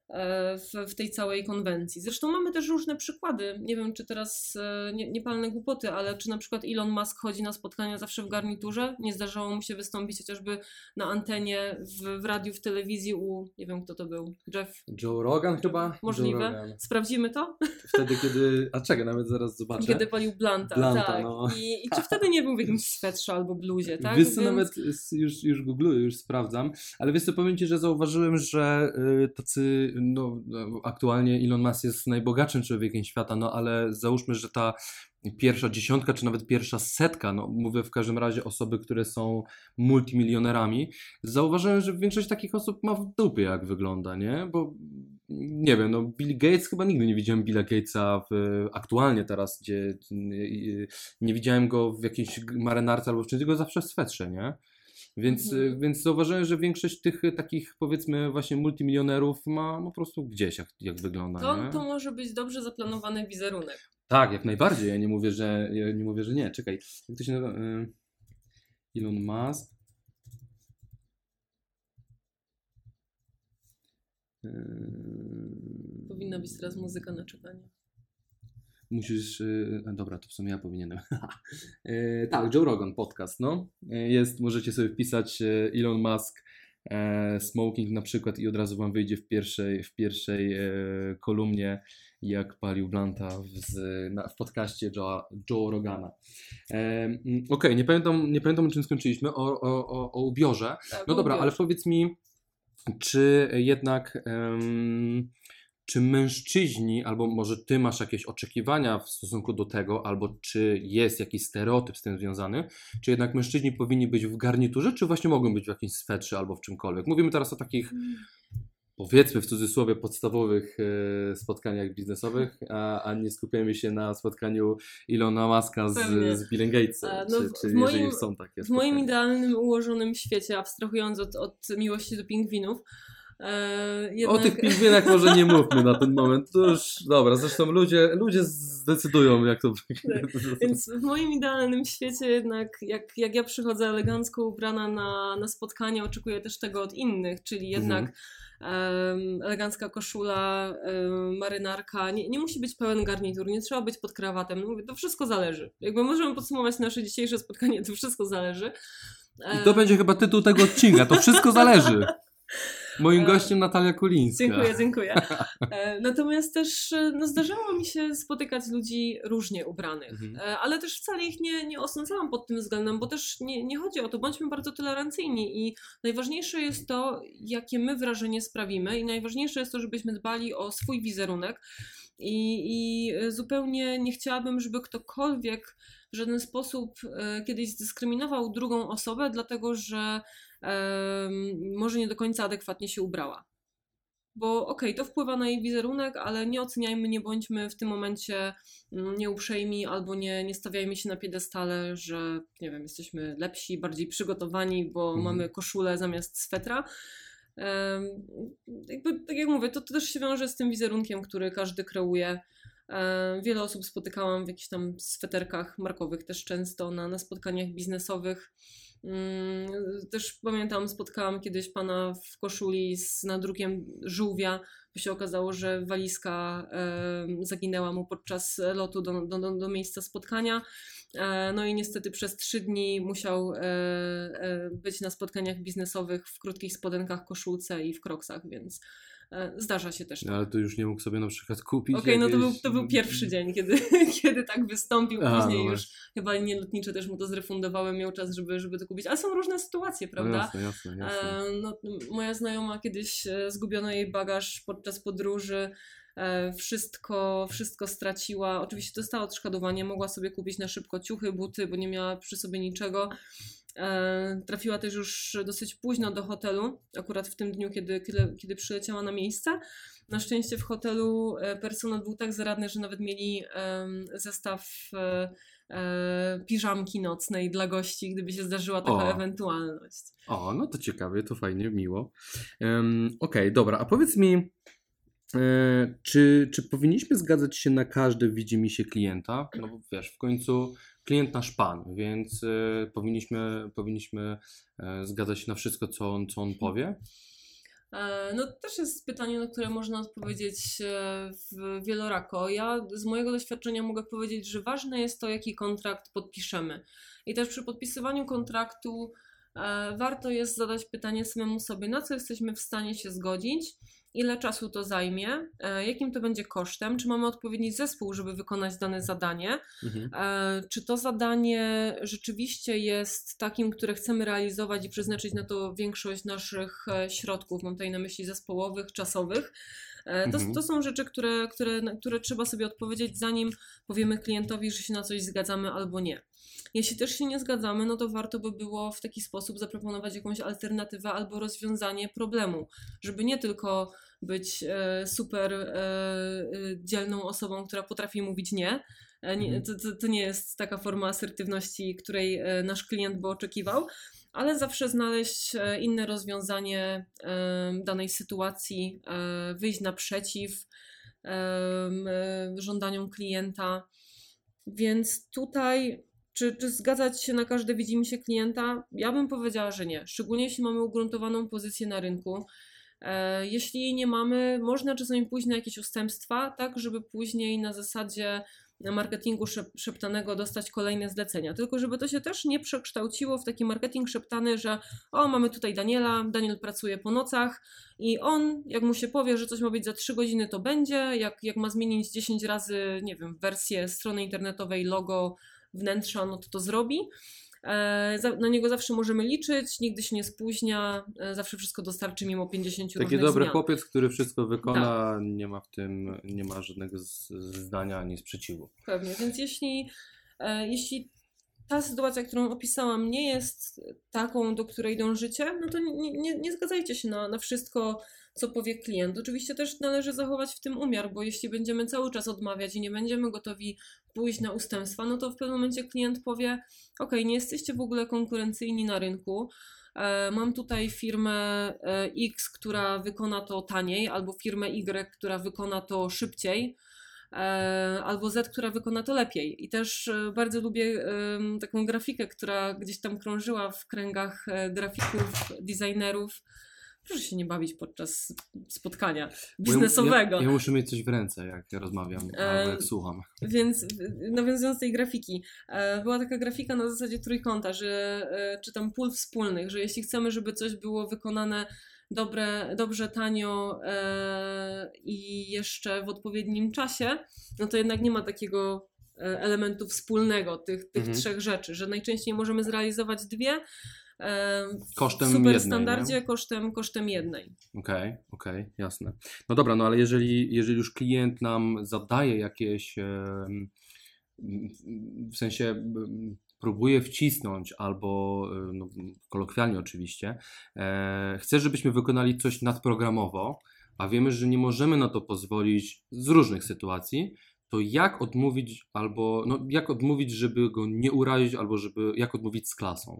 w tej całej konwencji. Zresztą mamy też różne przykłady. Nie wiem, czy teraz nie palne głupoty, ale czy na przykład Elon Musk chodzi na spotkania zawsze w garniturze? Nie zdarzało mu się wystąpić chociażby na antenie, w radiu, w telewizji nie wiem kto to był, Joe Rogan chyba? Możliwe. Joe Rogan. Sprawdzimy to? Wtedy, kiedy... A czego? Nawet zaraz zobaczę. Kiedy palił blanta, tak. No. I czy wtedy nie był w jakimś swetrze albo bluzie, tak? Wiesz co, nawet już googluję, już sprawdzam, ale wiesz co, powiem Ci, że zauważyłem, że tacy, aktualnie Elon Musk jest najbogatszym człowiekiem świata, ale załóżmy, że ta pierwsza dziesiątka, czy nawet pierwsza setka, mówię w każdym razie osoby, które są multimilionerami, zauważyłem, że większość takich osób ma w dupie, jak wygląda, nie? Bo nie wiem, Bill Gates, chyba nigdy nie widziałem Billa Gatesa aktualnie teraz, gdzie nie widziałem go w jakiejś marynarce albo w czymś, tylko zawsze w swetrze, nie? Więc zauważyłem, że większość tych takich, powiedzmy, właśnie multimilionerów ma po prostu gdzieś, jak wygląda. Nie? To może być dobrze zaplanowany wizerunek. Tak, jak najbardziej. Ja nie mówię, że nie. Czekaj, jak to się nazywa? Elon Musk. Powinna być teraz muzyka na czekanie. Musisz... Dobra, to w sumie ja powinienem. Tak, Joe Rogan podcast, Jest, możecie sobie wpisać Elon Musk smoking na przykład i od razu wam wyjdzie w pierwszej kolumnie, jak palił blanta w podcaście Joe Rogana. Okej, nie pamiętam o czym skończyliśmy, o ubiorze. Tak, dobra, ale powiedz mi, czy jednak... Czy mężczyźni, albo może ty masz jakieś oczekiwania w stosunku do tego, albo czy jest jakiś stereotyp z tym związany, czy jednak mężczyźni powinni być w garniturze, czy właśnie mogą być w jakimś swetrze albo w czymkolwiek? Mówimy teraz o takich, powiedzmy w cudzysłowie, podstawowych spotkaniach biznesowych, a nie skupiamy się na spotkaniu Elona Muska z Billem Gatesem, czy jeżeli są takie spotkania. W moim idealnym, ułożonym świecie, abstrahując od miłości do pingwinów, O tych pingwinach może nie mówmy na ten moment. To już dobra, zresztą ludzie zdecydują, jak to wygląda. Więc w moim idealnym świecie jednak, jak ja przychodzę elegancko ubrana na spotkanie, oczekuję też tego od innych, czyli jednak elegancka koszula, marynarka, nie musi być pełen garnitur, nie trzeba być pod krawatem. Mówię, to wszystko zależy. Jakby możemy podsumować nasze dzisiejsze spotkanie, to wszystko zależy. I to będzie chyba tytuł tego odcinka, to wszystko zależy. Moim gościem Natalia Kulińska. Dziękuję. Natomiast też zdarzało mi się spotykać ludzi różnie ubranych, ale też wcale ich nie osądzałam pod tym względem, bo też nie chodzi o to, bądźmy bardzo tolerancyjni i najważniejsze jest to, jakie my wrażenie sprawimy i najważniejsze jest to, żebyśmy dbali o swój wizerunek i zupełnie nie chciałabym, żeby ktokolwiek w żaden sposób kiedyś zdyskryminował drugą osobę, dlatego że może nie do końca adekwatnie się ubrała. Bo okej, to wpływa na jej wizerunek, ale nie oceniajmy, nie bądźmy w tym momencie nieuprzejmi albo nie stawiajmy się na piedestale, że nie wiem, jesteśmy lepsi, bardziej przygotowani, bo mamy koszulę zamiast swetra. Tak jak mówię, to też się wiąże z tym wizerunkiem, który każdy kreuje. Wiele osób spotykałam w jakichś tam sweterkach markowych też często na spotkaniach biznesowych. Też pamiętam, spotkałam kiedyś pana w koszuli z nadrukiem żółwia, bo się okazało, że walizka zaginęła mu podczas lotu do miejsca spotkania. No i niestety przez 3 dni musiał być na spotkaniach biznesowych w krótkich spodenkach, koszulce i w kroksach, więc zdarza się też. Ale to już nie mógł sobie na przykład kupić. Okej, to był pierwszy dzień, kiedy tak wystąpił. Później już chyba linie lotnicze też mu to zrefundowały, miał czas, żeby to kupić. Ale są różne sytuacje, prawda? No jasne. Moja znajoma kiedyś zgubiono jej bagaż podczas podróży. Wszystko straciła. Oczywiście dostała odszkodowanie, mogła sobie kupić na szybko ciuchy, buty, bo nie miała przy sobie niczego. Trafiła też już dosyć późno do hotelu, akurat w tym dniu, kiedy przyleciała na miejsce. Na szczęście w hotelu personel był tak zaradny, że nawet mieli zestaw piżamki nocnej dla gości, gdyby się zdarzyła taka ewentualność. No to ciekawie, to fajnie, miło. Okej, dobra, a powiedz mi, czy powinniśmy zgadzać się na każde widzimisię klienta? No bo wiesz, w końcu klient nasz pan, więc powinniśmy zgadzać się na wszystko, co on powie? No też jest pytanie, na które można odpowiedzieć wielorako. Ja z mojego doświadczenia mogę powiedzieć, że ważne jest to, jaki kontrakt podpiszemy. I też przy podpisywaniu kontraktu warto jest zadać pytanie samemu sobie, na co jesteśmy w stanie się zgodzić, ile czasu to zajmie, jakim to będzie kosztem, czy mamy odpowiedni zespół, żeby wykonać dane zadanie, czy to zadanie rzeczywiście jest takim, które chcemy realizować i przeznaczyć na to większość naszych środków, mam tutaj na myśli zespołowych, czasowych. To są rzeczy, na które trzeba sobie odpowiedzieć, zanim powiemy klientowi, że się na coś zgadzamy albo nie. Jeśli też się nie zgadzamy, no to warto by było w taki sposób zaproponować jakąś alternatywę albo rozwiązanie problemu, żeby nie tylko być super dzielną osobą, która potrafi mówić nie. To nie jest taka forma asertywności, której nasz klient by oczekiwał, ale zawsze znaleźć inne rozwiązanie danej sytuacji, wyjść naprzeciw żądaniom klienta. Więc tutaj czy zgadzać się na każde widzimisię klienta? Ja bym powiedziała, że nie. Szczególnie jeśli mamy ugruntowaną pozycję na rynku. Jeśli jej nie mamy, można czasami pójść na jakieś ustępstwa, tak żeby później na zasadzie marketingu szeptanego dostać kolejne zlecenia. Tylko żeby to się też nie przekształciło w taki marketing szeptany, że mamy tutaj Daniela, Daniel pracuje po nocach i on, jak mu się powie, że coś ma być za 3 godziny, to będzie. Jak ma zmienić 10 razy, nie wiem, wersję strony internetowej, logo, wnętrza, no to zrobi. Na niego zawsze możemy liczyć, nigdy się nie spóźnia, zawsze wszystko dostarczy mimo 50 różnych Taki dobry zmian. chłopiec, który wszystko wykona, tak. Nie ma żadnego zdania ani sprzeciwu. Pewnie, więc jeśli ta sytuacja, którą opisałam, nie jest taką, do której dążycie, no to nie zgadzajcie się na wszystko, co powie klient. Oczywiście też należy zachować w tym umiar, bo jeśli będziemy cały czas odmawiać i nie będziemy gotowi pójść na ustępstwa, no to w pewnym momencie klient powie: nie jesteście w ogóle konkurencyjni na rynku, mam tutaj firmę X, która wykona to taniej, albo firmę Y, która wykona to szybciej, albo Z, która wykona to lepiej. I też bardzo lubię taką grafikę, która gdzieś tam krążyła w kręgach grafików, designerów. Proszę się nie bawić podczas spotkania biznesowego. Ja muszę mieć coś w ręce, jak rozmawiam, albo jak słucham. Więc nawiązując do tej grafiki, była taka grafika na zasadzie trójkąta, czy tam pól wspólnych, że jeśli chcemy, żeby coś było wykonane dobrze, tanio i jeszcze w odpowiednim czasie, no to jednak nie ma takiego elementu wspólnego tych 3 rzeczy, że najczęściej możemy zrealizować 2 kosztem super jednej, standardzie, kosztem jednej. Okej, jasne. No dobra, no ale jeżeli już klient nam zadaje jakieś w sensie próbuje wcisnąć albo kolokwialnie oczywiście chce, żebyśmy wykonali coś nadprogramowo, a wiemy, że nie możemy na to pozwolić z różnych sytuacji, to jak odmówić, żeby go nie urazić, albo jak odmówić z klasą?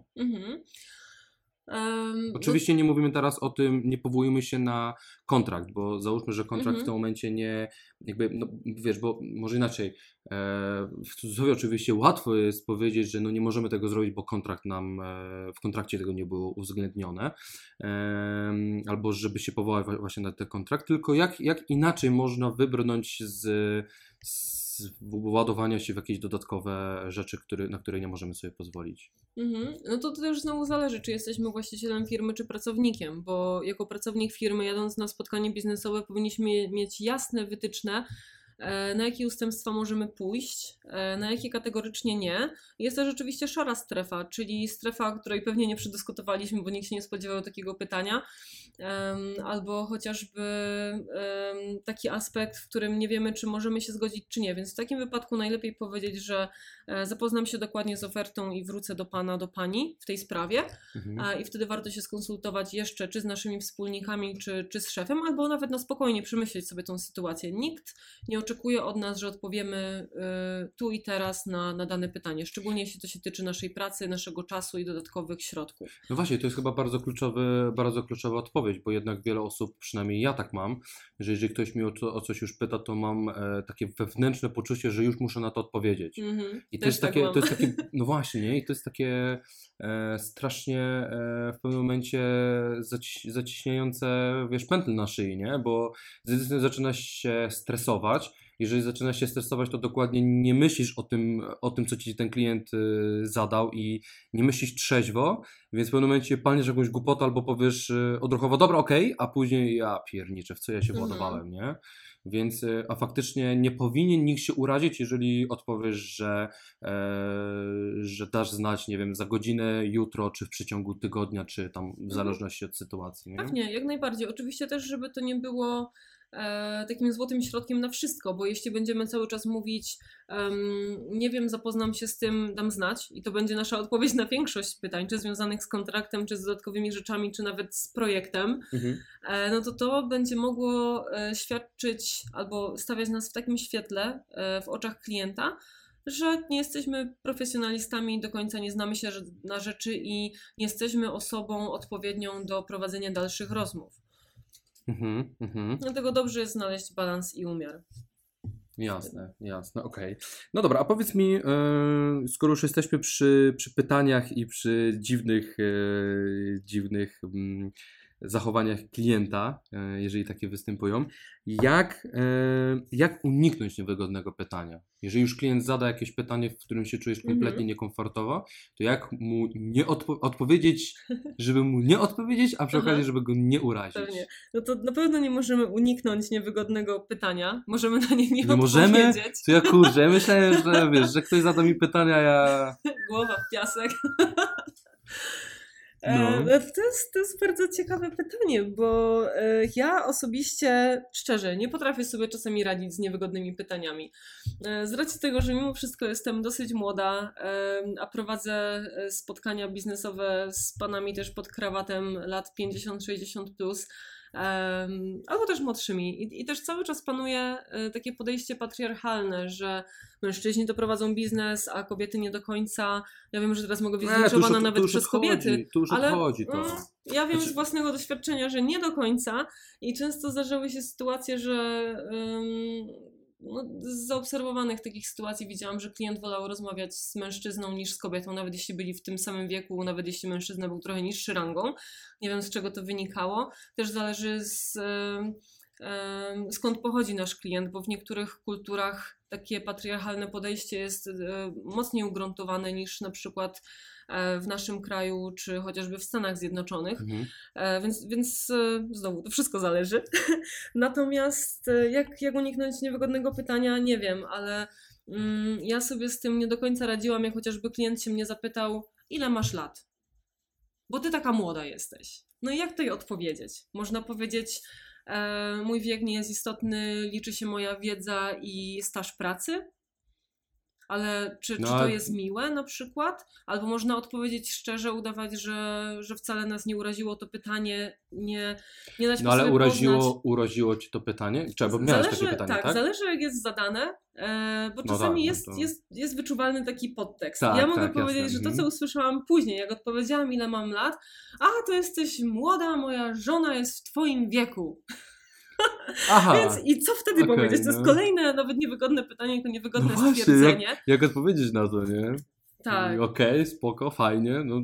Oczywiście nie mówimy teraz o tym, nie powołujmy się na kontrakt, bo załóżmy, że kontrakt w tym momencie nie, bo może inaczej, w cudzysłowie oczywiście łatwo jest powiedzieć, że nie możemy tego zrobić, bo w kontrakcie tego nie było uwzględnione, albo żeby się powołać właśnie na ten kontrakt, tylko jak inaczej można wybrnąć z ładowania się w jakieś dodatkowe rzeczy, na które nie możemy sobie pozwolić. No to też znowu zależy, czy jesteśmy właścicielem firmy, czy pracownikiem, bo jako pracownik firmy, jadąc na spotkanie biznesowe, powinniśmy mieć jasne wytyczne, na jakie ustępstwa możemy pójść, na jakie kategorycznie nie. Jest to rzeczywiście szara strefa, czyli strefa, o której pewnie nie przedyskutowaliśmy, bo nikt się nie spodziewał takiego pytania, albo chociażby taki aspekt, w którym nie wiemy, czy możemy się zgodzić, czy nie. Więc w takim wypadku najlepiej powiedzieć, że zapoznam się dokładnie z ofertą i wrócę do pana, do pani w tej sprawie i wtedy warto się skonsultować jeszcze, czy z naszymi wspólnikami, czy z szefem, albo nawet na spokojnie przemyśleć sobie tą sytuację. Nikt nie oczekuje od nas, że odpowiemy tu i teraz na dane pytanie, szczególnie jeśli to się tyczy naszej pracy, naszego czasu i dodatkowych środków. No właśnie, to jest chyba bardzo kluczowa odpowiedź, bo jednak wiele osób, przynajmniej ja tak mam, że jeżeli ktoś mnie o coś już pyta, to mam takie wewnętrzne poczucie, że już muszę na to odpowiedzieć. I to jest tak takie, no właśnie, nie? I to jest takie strasznie w pewnym momencie zaciśniające, wiesz, pętlę na szyi, nie? Bo z jednej strony zaczynasz się stresować. Jeżeli zaczynasz się stresować, to dokładnie nie myślisz o tym, co ci ten klient zadał i nie myślisz trzeźwo, więc w pewnym momencie palniesz jakąś głupotę albo powiesz odruchowo, dobra, okej, a później ja pierniczę, w co ja się władowałem, nie? Więc, a faktycznie nie powinien nikt się urazić, jeżeli odpowiesz, że dasz znać, nie wiem, za godzinę, jutro, czy w przeciągu tygodnia, czy tam w zależności od sytuacji, nie? Pewnie, jak najbardziej. Oczywiście też, żeby to nie było takim złotym środkiem na wszystko, bo jeśli będziemy cały czas mówić nie wiem, zapoznam się z tym, dam znać i to będzie nasza odpowiedź na większość pytań, czy związanych z kontraktem, czy z dodatkowymi rzeczami, czy nawet z projektem, no to będzie mogło świadczyć albo stawiać nas w takim świetle w oczach klienta, że nie jesteśmy profesjonalistami, do końca nie znamy się na rzeczy i nie jesteśmy osobą odpowiednią do prowadzenia dalszych rozmów. Dlatego dobrze jest znaleźć balans i umiar. Jasne, okej. No dobra, a powiedz mi, skoro już jesteśmy przy pytaniach i przy dziwnych zachowaniach klienta, jeżeli takie występują, jak uniknąć niewygodnego pytania? Jeżeli już klient zada jakieś pytanie, w którym się czujesz kompletnie niekomfortowo, to jak mu nie odpowiedzieć, żeby mu nie odpowiedzieć, a przy okazji, żeby go nie urazić? Pewnie. No to na pewno nie możemy uniknąć niewygodnego pytania. Możemy na nie nie odpowiedzieć. Możemy? To ja kurczę, ja myślałem, że wiesz, że ktoś zada mi pytania, ja... Głowa w piasek. No. To jest bardzo ciekawe pytanie, bo ja osobiście, szczerze, nie potrafię sobie czasami radzić z niewygodnymi pytaniami. Z racji tego, że mimo wszystko jestem dosyć młoda, a prowadzę spotkania biznesowe z panami też pod krawatem lat 50-60+, albo też młodszymi. I też cały czas panuje takie podejście patriarchalne, że mężczyźni to prowadzą biznes, a kobiety nie do końca. Ja wiem, że teraz mogę być zlinczowana nawet przez kobiety, ale ja wiem z własnego doświadczenia, że nie do końca i często zdarzały się sytuacje, że z zaobserwowanych takich sytuacji widziałam, że klient wolał rozmawiać z mężczyzną niż z kobietą, nawet jeśli byli w tym samym wieku, nawet jeśli mężczyzna był trochę niższy rangą. Nie wiem, z czego to wynikało. Też zależy skąd pochodzi nasz klient, bo w niektórych kulturach takie patriarchalne podejście jest mocniej ugruntowane niż na przykład w naszym kraju, czy chociażby w Stanach Zjednoczonych. Więc znowu to wszystko zależy. Natomiast jak uniknąć niewygodnego pytania, nie wiem, ale ja sobie z tym nie do końca radziłam, jak chociażby klient się mnie zapytał, ile masz lat? Bo ty taka młoda jesteś. No i jak tutaj odpowiedzieć? Można powiedzieć, mój wiek nie jest istotny, liczy się moja wiedza i staż pracy? Ale czy to jest miłe na przykład? Albo można odpowiedzieć szczerze, udawać, że wcale nas nie uraziło to pytanie, nie dać No ale uraziło ci to pytanie? Bo miałeś takie pytanie, tak? Zależy jak jest zadane, bo czasami jest wyczuwalny taki podtekst. Ja mogę powiedzieć, jasne. Że to co usłyszałam później, jak odpowiedziałam ile mam lat, to jesteś młoda, moja żona jest w twoim wieku. Aha, więc i co wtedy powiedzieć? To jest kolejne, nawet niewygodne pytanie, tylko niewygodne stwierdzenie. Jak odpowiedzieć na to, nie? Tak. Okej, spoko, fajnie. No.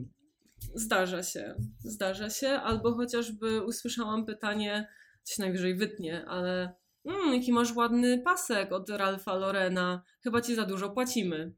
Zdarza się. Albo chociażby usłyszałam pytanie, coś najwyżej wytnie, ale jaki masz ładny pasek od Ralpha Laurena, chyba ci za dużo płacimy.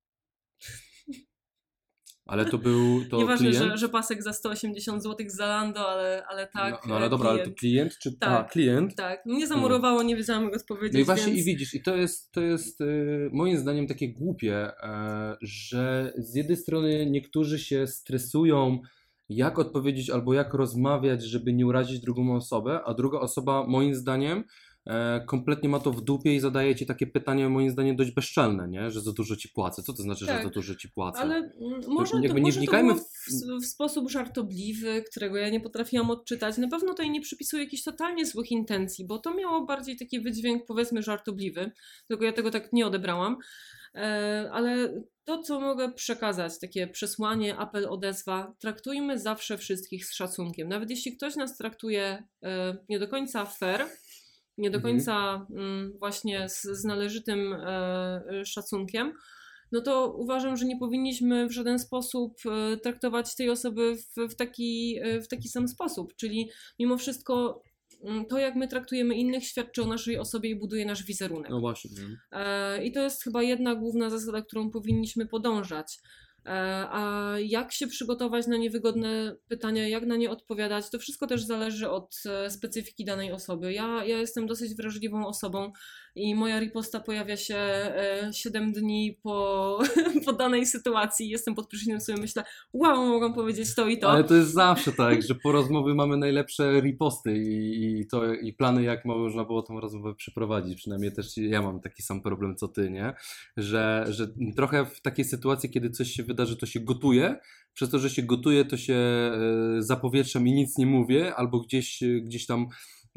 Ale to był Nieważne, klient? że pasek za 180 zł z Zalando, ale tak. No ale dobra, klient. Ale to klient? Czy tak, klient? Tak, mnie zamurowało, nie wiedziałam jak odpowiedzieć. No i właśnie więc... i widzisz, i to jest moim zdaniem takie głupie, że z jednej strony niektórzy się stresują, jak odpowiedzieć albo jak rozmawiać, żeby nie urazić drugą osobę, a druga osoba moim zdaniem kompletnie ma to w dupie i zadaje ci takie pytanie, moim zdaniem dość bezczelne, nie? Że za dużo ci płacę. Co to znaczy, że za dużo ci płacę? Ale może jakby to, nie może to wnikajmy było w sposób żartobliwy, którego ja nie potrafiłam odczytać. Na pewno tutaj nie przypisuję jakichś totalnie złych intencji, bo to miało bardziej taki wydźwięk, powiedzmy, żartobliwy, tylko ja tego tak nie odebrałam. Ale to, co mogę przekazać, takie przesłanie, apel, odezwa, traktujmy zawsze wszystkich z szacunkiem. Nawet jeśli ktoś nas traktuje nie do końca fair, nie do końca właśnie z należytym szacunkiem, no to uważam, że nie powinniśmy w żaden sposób traktować tej osoby w taki sam sposób. Czyli mimo wszystko to, jak my traktujemy innych, świadczy o naszej osobie i buduje nasz wizerunek. No właśnie. I to jest chyba jedna główna zasada, którą powinniśmy podążać. A jak się przygotować na niewygodne pytania, jak na nie odpowiadać, to wszystko też zależy od specyfiki danej osoby. Ja jestem dosyć wrażliwą osobą i moja riposta pojawia się 7 dni po danej sytuacji. Jestem pod prysznicem, sobie myślę, wow, mogłam powiedzieć to i to. Ale to jest zawsze tak, że po rozmowie mamy najlepsze riposty i plany, jak można było tą rozmowę przeprowadzić. Przynajmniej też ja mam taki sam problem co ty, nie? Że trochę w takiej sytuacji, kiedy coś się wydarzy, to się gotuje. Przez to, że się gotuje, to się zapowietrzam i nic nie mówię, albo gdzieś tam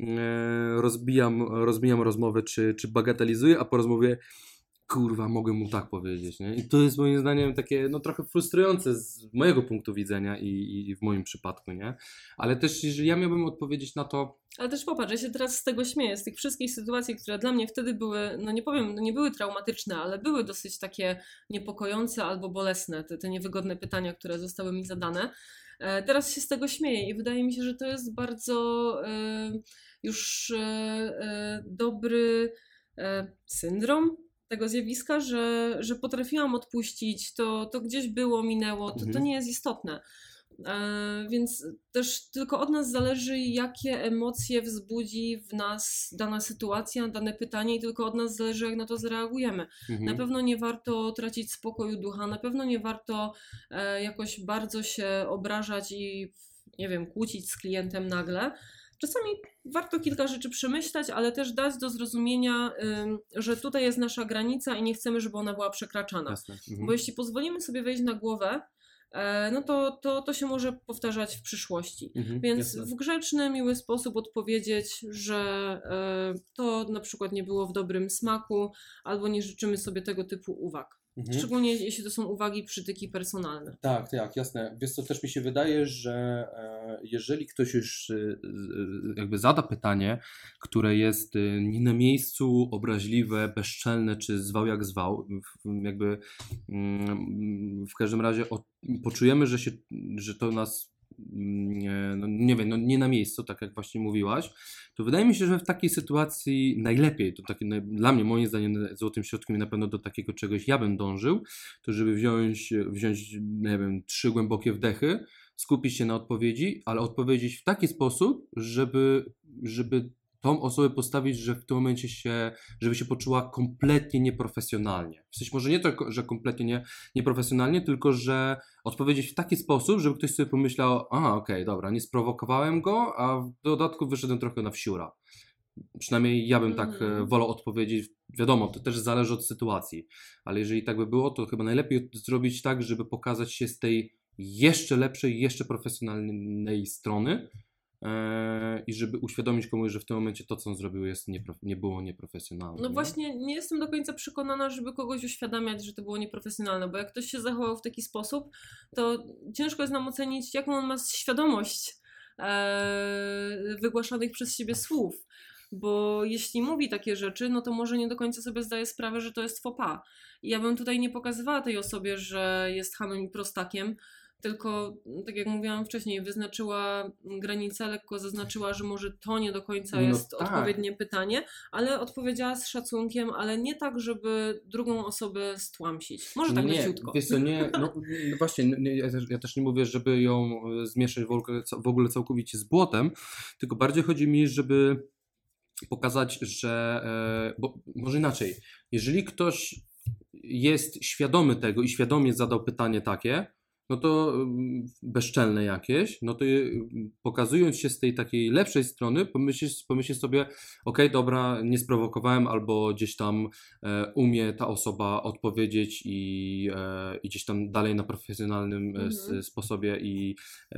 rozbijam rozmowę, czy bagatelizuję, a po rozmowie kurwa, mogę mu tak powiedzieć, nie? I to jest moim zdaniem takie, no trochę frustrujące z mojego punktu widzenia i w moim przypadku, nie? Ale też, jeżeli ja miałbym odpowiedzieć na to... Ale też popatrz, ja się teraz z tego śmieję, z tych wszystkich sytuacji, które dla mnie wtedy były, no nie powiem, nie były traumatyczne, ale były dosyć takie niepokojące albo bolesne, te niewygodne pytania, które zostały mi zadane. Teraz się z tego śmieję i wydaje mi się, że to jest bardzo już dobry syndrom tego zjawiska, że potrafiłam odpuścić, to gdzieś było, minęło, to nie jest istotne. Więc też tylko od nas zależy, jakie emocje wzbudzi w nas dana sytuacja, dane pytanie i tylko od nas zależy, jak na to zareagujemy. Na pewno nie warto tracić spokoju ducha, na pewno nie warto jakoś bardzo się obrażać i nie wiem, kłócić z klientem nagle. Czasami warto kilka rzeczy przemyśleć, ale też dać do zrozumienia, że tutaj jest nasza granica i nie chcemy, żeby ona była przekraczana. Jasne. Bo jeśli pozwolimy sobie wejść na głowę, no to się może powtarzać w przyszłości. Więc jasne. w grzeczny, miły sposób odpowiedzieć, że to na przykład nie było w dobrym smaku, albo nie życzymy sobie tego typu uwag. Szczególnie jeśli to są uwagi, przytyki personalne. Tak, jasne. Wiesz co, też mi się wydaje, że jeżeli ktoś już jakby zada pytanie, które jest nie na miejscu, obraźliwe, bezczelne, czy zwał jak zwał, jakby w każdym razie poczujemy, że to nas nie wiem, nie na miejscu, tak jak właśnie mówiłaś, to wydaje mi się, że w takiej sytuacji najlepiej, to takie dla mnie, moim zdaniem, złotym środkiem i na pewno do takiego czegoś ja bym dążył, to żeby wziąć, nie wiem, 3 głębokie wdechy, skupić się na odpowiedzi, ale odpowiedzieć w taki sposób, żeby tą osobę postawić, że w tym momencie żeby się poczuła kompletnie nieprofesjonalnie. W sensie może nie to, że kompletnie nieprofesjonalnie, tylko że odpowiedzieć w taki sposób, żeby ktoś sobie pomyślał, okej, dobra, nie sprowokowałem go, a w dodatku wyszedłem trochę na wsiura. Przynajmniej ja bym tak wolał odpowiedzieć. Wiadomo, to też zależy od sytuacji, ale jeżeli tak by było, to chyba najlepiej zrobić tak, żeby pokazać się z tej jeszcze lepszej, jeszcze profesjonalnej strony, i żeby uświadomić komuś, że w tym momencie to, co on zrobił, nie było nieprofesjonalne. No właśnie, nie jestem do końca przekonana, żeby kogoś uświadamiać, że to było nieprofesjonalne, bo jak ktoś się zachował w taki sposób, to ciężko jest nam ocenić, jaką on ma świadomość wygłaszanych przez siebie słów. Bo jeśli mówi takie rzeczy, no to może nie do końca sobie zdaje sprawę, że to jest faux pas. I ja bym tutaj nie pokazywała tej osobie, że jest chamem i prostakiem, tylko, tak jak mówiłam wcześniej, wyznaczyła granicę, lekko zaznaczyła, że może to nie do końca jest odpowiednie pytanie, ale odpowiedziała z szacunkiem, ale nie tak, żeby drugą osobę stłamsić. Może tak leciutko. Wiesz co, właśnie, ja też nie mówię, żeby ją zmieszać w ogóle całkowicie z błotem, tylko bardziej chodzi mi, żeby pokazać, że, bo może inaczej, jeżeli ktoś jest świadomy tego i świadomie zadał pytanie takie, no to bezczelne jakieś, no to pokazując się z tej takiej lepszej strony, pomyślisz sobie, okej, dobra, nie sprowokowałem, albo gdzieś tam umie ta osoba odpowiedzieć i gdzieś tam dalej na profesjonalnym sposobie i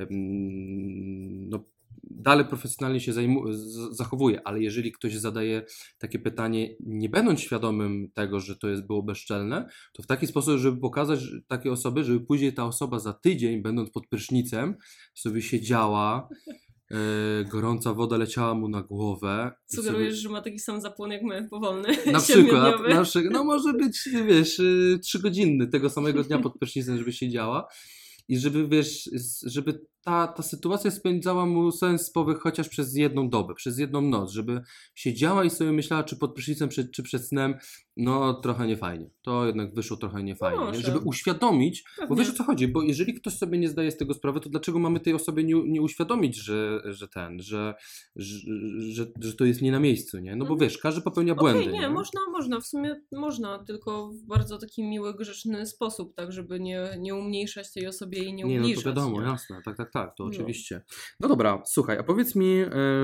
no, dalej profesjonalnie się zachowuje, ale jeżeli ktoś zadaje takie pytanie, nie będąc świadomym tego, że to było bezczelne, to w taki sposób, żeby pokazać takiej osoby, żeby później ta osoba za tydzień, będąc pod prysznicem, sobie siedziała, gorąca woda leciała mu na głowę. Sugerujesz, że ma taki sam zapłon jak my, powolny, na przykład, no może być, wiesz, 3-godzinny tego samego dnia pod prysznicem, żeby siedziała. I żeby, wiesz, żeby ta sytuacja spędzała mu sens powych chociaż przez jedną dobę, przez jedną noc, żeby siedziała i sobie myślała, czy pod prysznicem, czy przed snem, no trochę niefajnie. To jednak wyszło trochę niefajnie. No, żeby uświadomić, pewnie. bo wiesz o co chodzi, bo jeżeli ktoś sobie nie zdaje z tego sprawy, to dlaczego mamy tej osobie nie uświadomić, że to jest nie na miejscu, nie? No bo wiesz, każdy popełnia błędy. Nie, można, w sumie można, tylko w bardzo taki miły, grzeczny sposób, tak, żeby nie umniejszać tej osobie i nie ubliżać. Nie, no to wiadomo, jasne, tak, to oczywiście. No dobra, słuchaj, a powiedz mi,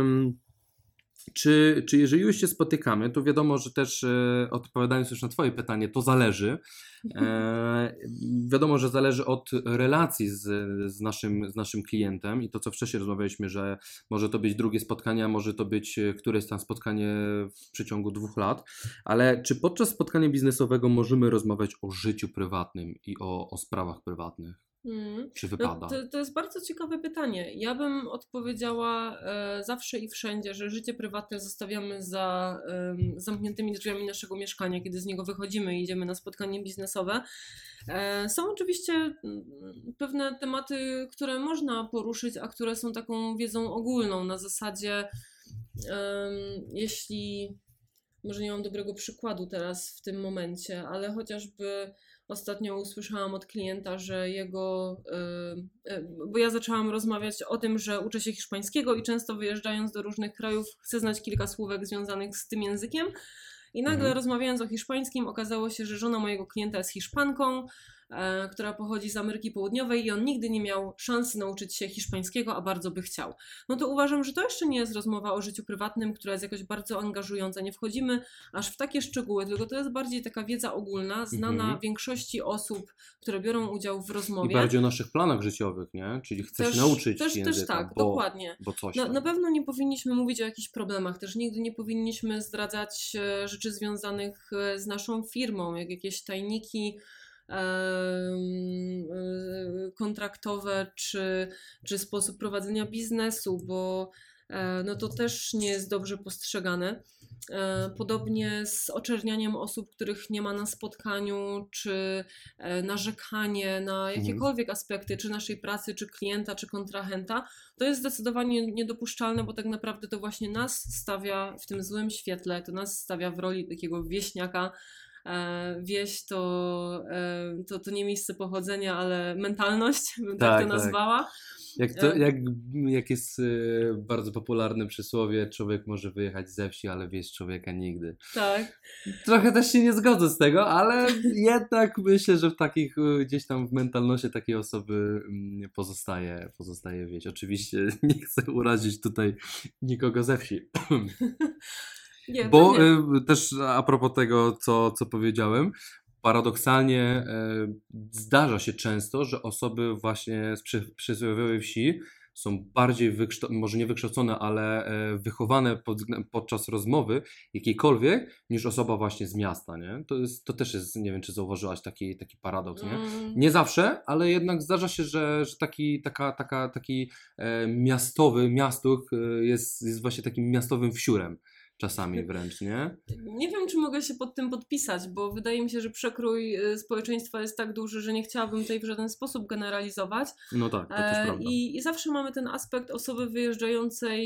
czy jeżeli już się spotykamy, to wiadomo, że też odpowiadając już na twoje pytanie, to zależy. Wiadomo, że zależy od relacji z naszym klientem i to, co wcześniej rozmawialiśmy, że może to być drugie spotkanie, a może to być któreś tam spotkanie w przeciągu 2 lat, ale czy podczas spotkania biznesowego możemy rozmawiać o życiu prywatnym i o sprawach prywatnych? Czy wypada? No, to jest bardzo ciekawe pytanie. Ja bym odpowiedziała zawsze i wszędzie, że życie prywatne zostawiamy za zamkniętymi drzwiami naszego mieszkania, kiedy z niego wychodzimy i idziemy na spotkanie biznesowe. Są oczywiście pewne tematy, które można poruszyć, a które są taką wiedzą ogólną. Na zasadzie, jeśli, może nie mam dobrego przykładu teraz w tym momencie, ale chociażby ostatnio usłyszałam od klienta, że bo ja zaczęłam rozmawiać o tym, że uczę się hiszpańskiego i często wyjeżdżając do różnych krajów chcę znać kilka słówek związanych z tym językiem. I nagle rozmawiając o hiszpańskim okazało się, że żona mojego klienta jest Hiszpanką, która pochodzi z Ameryki Południowej i on nigdy nie miał szansy nauczyć się hiszpańskiego, a bardzo by chciał. No to uważam, że to jeszcze nie jest rozmowa o życiu prywatnym, która jest jakoś bardzo angażująca. Nie wchodzimy aż w takie szczegóły, tylko to jest bardziej taka wiedza ogólna, znana większości osób, które biorą udział w rozmowie. I bardziej o naszych planach życiowych, nie? Czyli chcesz nauczyć języka, też tak, dokładnie. Bo coś na pewno nie powinniśmy mówić o jakichś problemach, też nigdy nie powinniśmy zdradzać rzeczy związanych z naszą firmą, jak jakieś tajniki kontraktowe czy sposób prowadzenia biznesu, bo no to też nie jest dobrze postrzegane. Podobnie z oczernianiem osób, których nie ma na spotkaniu, czy narzekanie na jakiekolwiek aspekty, czy naszej pracy, czy klienta, czy kontrahenta, to jest zdecydowanie niedopuszczalne, bo tak naprawdę to właśnie nas stawia w tym złym świetle, to nas stawia w roli takiego wieśniaka. Wieś to nie miejsce pochodzenia, ale mentalność, bym tak to nazwała. Jak jest bardzo popularne przysłowie, człowiek może wyjechać ze wsi, ale wieś człowieka nigdy. Tak. Trochę też się nie zgodzę z tego, ale jednak myślę, że w takich gdzieś tam w mentalności takiej osoby pozostaje wieś. Oczywiście nie chcę urazić tutaj nikogo ze wsi. Bo też a propos tego, co powiedziałem, paradoksalnie zdarza się często, że osoby właśnie z przysłowiowej wsi są bardziej może nie wykształcone, ale wychowane podczas rozmowy jakiejkolwiek niż osoba właśnie z miasta, nie? To też jest, nie wiem, czy zauważyłaś taki paradoks, nie? Nie zawsze, ale jednak zdarza się, że taki miastuch jest właśnie takim miastowym wsiurem. Czasami wręcz, nie? Nie wiem, czy mogę się pod tym podpisać, bo wydaje mi się, że przekrój społeczeństwa jest tak duży, że nie chciałabym tutaj w żaden sposób generalizować. No tak, to też prawda. I zawsze mamy ten aspekt osoby wyjeżdżającej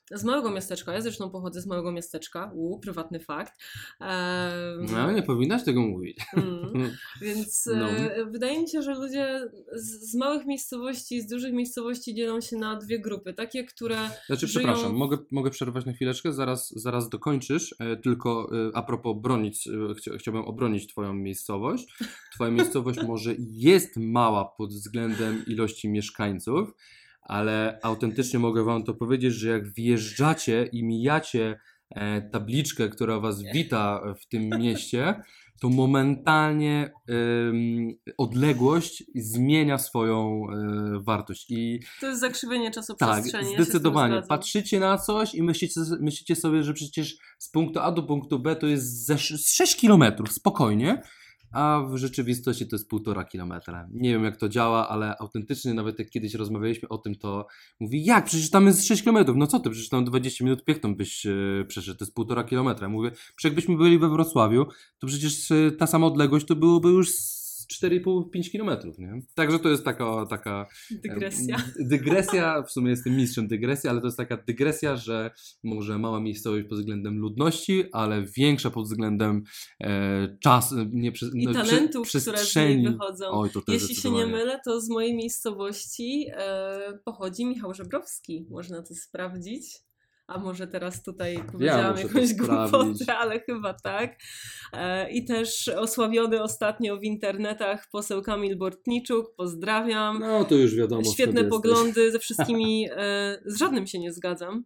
z małego miasteczka. Ja zresztą pochodzę z małego miasteczka. Prywatny fakt. No, nie powinnaś tego mówić. Więc wydaje mi się, że ludzie z małych miejscowości, z dużych miejscowości dzielą się na dwie grupy. Takie, które Znaczy, żyją... przepraszam, mogę przerwać na chwileczkę? Zaraz dokończysz. Tylko a propos bronić, chciałbym obronić twoją miejscowość. Twoja miejscowość może jest mała pod względem ilości mieszkańców, ale autentycznie mogę wam to powiedzieć, że jak wjeżdżacie i mijacie tabliczkę, która was wita w tym mieście, to momentalnie odległość zmienia swoją wartość. I to jest zakrzywienie czasoprzestrzeni. Tak, zdecydowanie. Patrzycie na coś i myślicie sobie, że przecież z punktu A do punktu B to jest 6 kilometrów, spokojnie, a w rzeczywistości to jest 1,5 kilometra. Nie wiem, jak to działa, ale autentycznie nawet jak kiedyś rozmawialiśmy o tym, to mówi, jak? Przecież tam jest 6 kilometrów. No co ty? Przecież tam 20 minut piechną byś przeszedł. To jest 1,5 kilometra. Mówię, przecież jakbyśmy byli we Wrocławiu, to przecież ta sama odległość to byłoby już 4,5-5 kilometrów, nie? Także to jest taka dygresja. Dygresja, w sumie jestem mistrzem dygresji, ale to jest taka dygresja, że może mała miejscowość pod względem ludności, ale większa pod względem czasu, i talentów, które z niej wychodzą. Oj, to jeśli się nie mylę, to z mojej miejscowości pochodzi Michał Żebrowski. Można to sprawdzić. A może teraz tutaj powiedziałam jakąś głupotę, ale chyba tak. I też osławiony ostatnio w internetach poseł Kamil Bortniczuk, pozdrawiam. No to już wiadomo. Świetne poglądy, ze wszystkimi, z żadnym się nie zgadzam.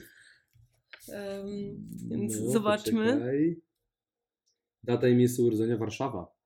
Więc zobaczmy. Poczekaj. Data i miejsce urodzenia Warszawa.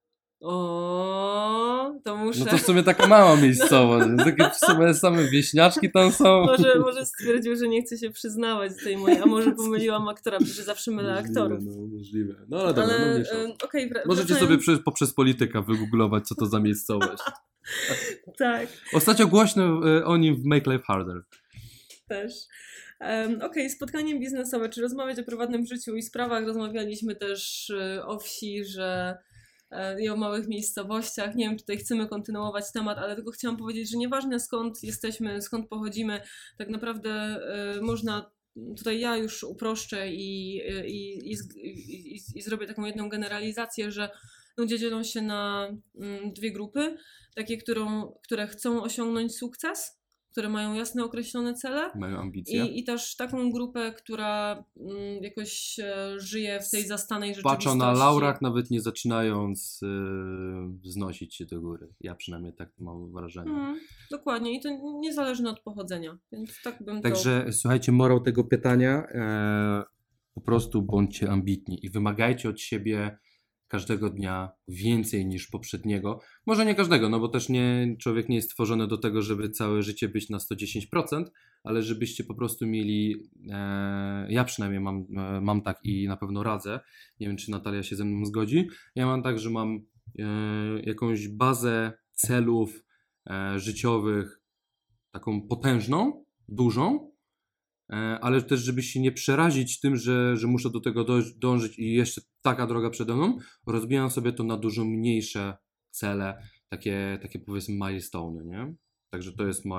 O, to muszę... No to w sumie taka mała miejscowość. Takie w sumie same wieśniaczki tam są. Może stwierdził, że nie chce się przyznawać do tej mojej, a może pomyliłam aktora, przecież zawsze mylę aktorów. No, możliwe. No ale dobra, no mniejsza. Możecie wracając... sobie poprzez polityka wygooglować, co to za miejscowość. Tak. Ostatnio głośno o nim w Make Life Harder. Też. Spotkanie biznesowe, czy rozmawiać o prywatnym życiu i sprawach. Rozmawialiśmy też o wsi, i o małych miejscowościach. Nie wiem, czy tutaj chcemy kontynuować temat, ale tylko chciałam powiedzieć, że nieważne skąd jesteśmy, skąd pochodzimy, tak naprawdę można, tutaj ja już uproszczę i zrobię taką jedną generalizację, że ludzie dzielą się na dwie grupy, takie, które chcą osiągnąć sukces, które mają jasne określone cele. Mają ambicje. I też taką grupę, która jakoś żyje w tej zastanej rzeczywistości. Patrzą na laurach, nawet nie zaczynając wznosić się do góry. Ja przynajmniej tak mam wrażenie. Dokładnie i to niezależne od pochodzenia. Więc tak bym Także słuchajcie, morał tego pytania, po prostu bądźcie ambitni i wymagajcie od siebie każdego dnia więcej niż poprzedniego. Może nie każdego, no bo też człowiek nie jest stworzony do tego, żeby całe życie być na 110%, ale żebyście po prostu mieli, ja przynajmniej mam tak i na pewno radzę, nie wiem czy Natalia się ze mną zgodzi, ja mam tak, że mam jakąś bazę celów życiowych, taką potężną, dużą, ale też żeby się nie przerazić tym, że muszę do tego dążyć i jeszcze taka droga przede mną, rozbijam sobie to na dużo mniejsze cele, takie powiedzmy milestone'y, nie? Także to jest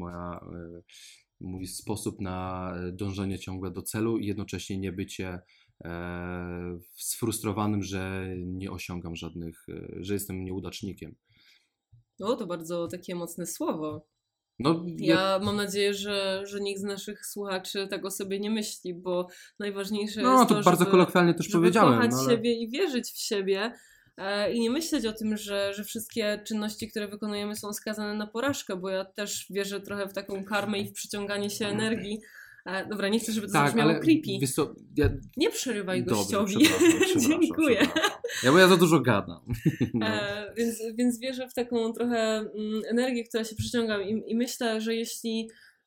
mój sposób na dążenie ciągle do celu i jednocześnie nie bycie sfrustrowanym, że nie osiągam że jestem nieudacznikiem. No to bardzo takie mocne słowo. No, ja mam nadzieję, że nikt z naszych słuchaczy tak o sobie nie myśli, bo najważniejsze jest to bardzo kolokwialnie też powiedziałem. Kochać siebie i wierzyć w siebie i nie myśleć o tym, że wszystkie czynności, które wykonujemy są skazane na porażkę, bo ja też wierzę trochę w taką karmę i w przyciąganie się energii. Dobra, nie chcę, żeby to brzmiało creepy. Co, nie przerywaj gościowi. Dziękuję. Bo ja za dużo gadam. No. Więc wierzę w taką trochę energię, która się przyciąga i myślę, że jeśli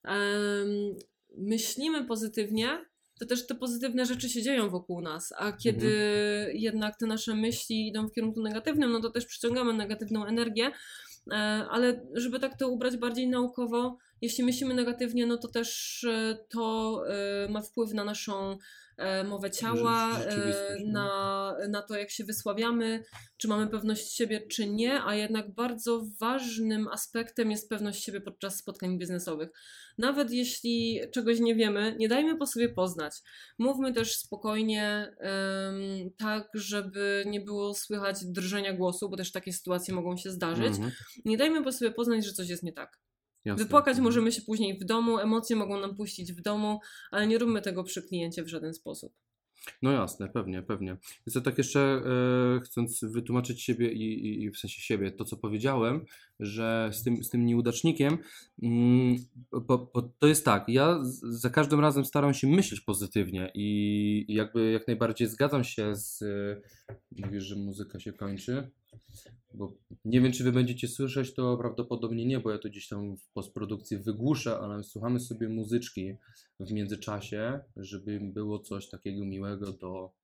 myślimy pozytywnie, to też te pozytywne rzeczy się dzieją wokół nas, a kiedy jednak te nasze myśli idą w kierunku negatywnym, no to też przyciągamy negatywną energię, ale żeby tak to ubrać bardziej naukowo, jeśli myślimy negatywnie, no to też to ma wpływ na naszą mowę ciała, na na to, jak się wysławiamy, czy mamy pewność siebie, czy nie, a jednak bardzo ważnym aspektem jest pewność siebie podczas spotkań biznesowych. Nawet jeśli czegoś nie wiemy, nie dajmy po sobie poznać. Mówmy też spokojnie, tak, żeby nie było słychać drżenia głosu, bo też takie sytuacje mogą się zdarzyć. Nie dajmy po sobie poznać, że coś jest nie tak. Jasne. Wypłakać możemy się później w domu, emocje mogą nam puścić w domu, ale nie róbmy tego przy kliencie w żaden sposób. No jasne, pewnie. Więc ja tak jeszcze chcąc wytłumaczyć siebie i w sensie siebie, to co powiedziałem, że z tym nieudacznikiem, bo to jest tak, ja za każdym razem staram się myśleć pozytywnie i jakby jak najbardziej zgadzam się mówisz, że muzyka się kończy, bo nie wiem, czy wy będziecie słyszeć, to prawdopodobnie nie, bo ja to gdzieś tam w postprodukcji wygłuszę, ale słuchamy sobie muzyczki w międzyczasie, żeby było coś takiego miłego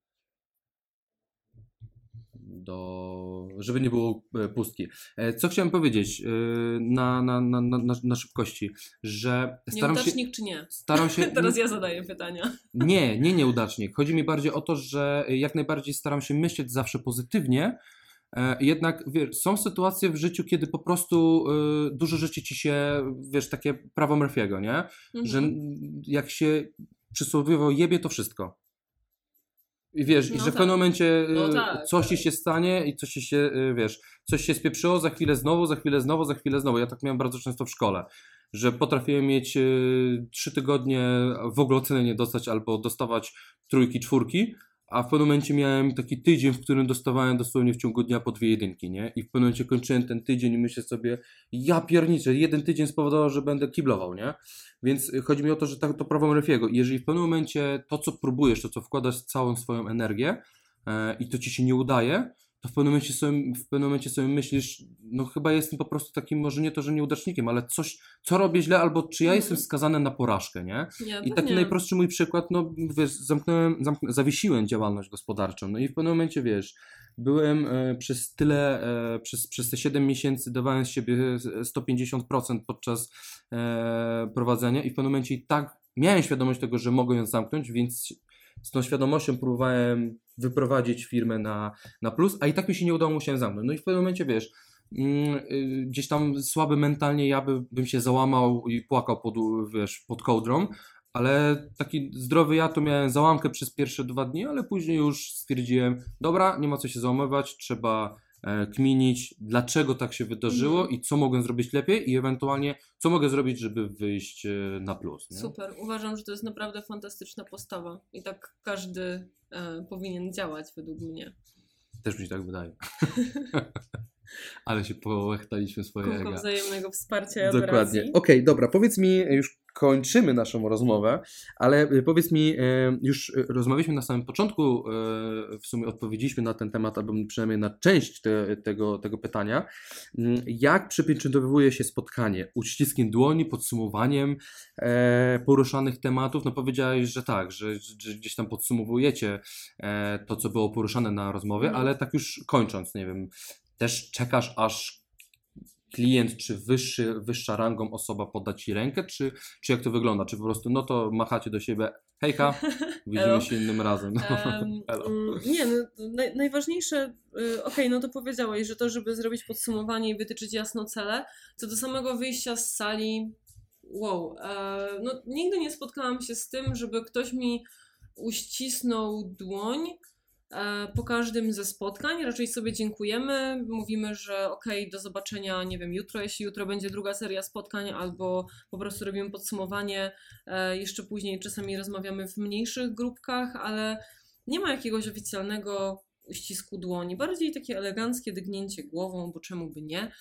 żeby nie było pustki. Co chciałem powiedzieć na szybkości, że Nieudacznik czy nie? Staram się... Teraz ja zadaję pytania. Nie nieudacznik. Chodzi mi bardziej o to, że jak najbardziej staram się myśleć zawsze pozytywnie. Jednak wiesz, są sytuacje w życiu, kiedy po prostu dużo rzeczy ci się, wiesz, takie prawo Murphy'ego, nie? Że jak się przysłowiowo jebie, to wszystko. I wiesz, i że w pewnym momencie coś ci się stanie i coś ci się, wiesz, coś się spieprzyło, za chwilę znowu. Ja tak miałem bardzo często w szkole, że potrafiłem mieć 3 tygodnie w ogóle oceny nie dostać albo dostawać 3, 4, a w pewnym momencie miałem taki tydzień, w którym dostawałem dosłownie w ciągu dnia po 2 jedynki, nie? I w pewnym momencie kończyłem ten tydzień i myślę sobie, ja pierniczę, 1 tydzień spowodował, że będę kiblował, nie? Więc chodzi mi o to, że to prawo Murphy'ego. I jeżeli w pewnym momencie to, co próbujesz, to, co wkładasz całą swoją energię i to ci się nie udaje, to w pewnym momencie sobie myślisz, no chyba jestem po prostu takim, może nie to, że nieudacznikiem, ale coś, co robię źle, albo czy ja jestem skazany na porażkę, nie? I taki najprostszy mój przykład, no wiesz, zawiesiłem działalność gospodarczą, no i w pewnym momencie, wiesz, byłem przez przez te 7 miesięcy dawałem z siebie 150% podczas prowadzenia i w pewnym momencie i tak miałem świadomość tego, że mogę ją zamknąć, więc z tą świadomością próbowałem wyprowadzić firmę na plus, a i tak mi się nie udało, musiałem zamknąć. No i w pewnym momencie, wiesz, gdzieś tam słaby mentalnie ja bym się załamał i płakał pod kołdrą, ale taki zdrowy ja to miałem załamkę przez pierwsze 2 dni, ale później już stwierdziłem, dobra, nie ma co się załamywać, trzeba kminić, dlaczego tak się wydarzyło i co mogłem zrobić lepiej i ewentualnie co mogę zrobić, żeby wyjść na plus. Nie? Super, uważam, że to jest naprawdę fantastyczna postawa i tak każdy powinien działać według mnie. Też mi się tak wydaje. Ale się połechtaliśmy swojego. Kółko wzajemnego wsparcia i Dokładnie. adoracji. Okej, dobra, powiedz mi, już kończymy naszą rozmowę, ale powiedz mi, już rozmawialiśmy na samym początku, w sumie odpowiedzieliśmy na ten temat, albo przynajmniej na część tego pytania. Jak przypieczętowuje się spotkanie? Uściskiem dłoni, podsumowaniem poruszanych tematów? No powiedziałeś, że tak, że gdzieś tam podsumowujecie to, co było poruszane na rozmowie, ale tak już kończąc, nie wiem, też czekasz, aż klient czy wyższa rangą osoba poda ci rękę, czy jak to wygląda? Czy po prostu no to machacie do siebie, hejka, widzimy się innym razem. Nie, no, najważniejsze, no to powiedziałeś, że to, żeby zrobić podsumowanie i wytyczyć jasno cele, co do samego wyjścia z sali, no nigdy nie spotkałam się z tym, żeby ktoś mi uścisnął dłoń po każdym ze spotkań. Raczej sobie dziękujemy, mówimy, że do zobaczenia, nie wiem, jutro, jeśli jutro będzie druga seria spotkań, albo po prostu robimy podsumowanie, jeszcze później czasami rozmawiamy w mniejszych grupkach, ale nie ma jakiegoś oficjalnego uścisku dłoni, bardziej takie eleganckie dygnięcie głową, bo czemu by nie.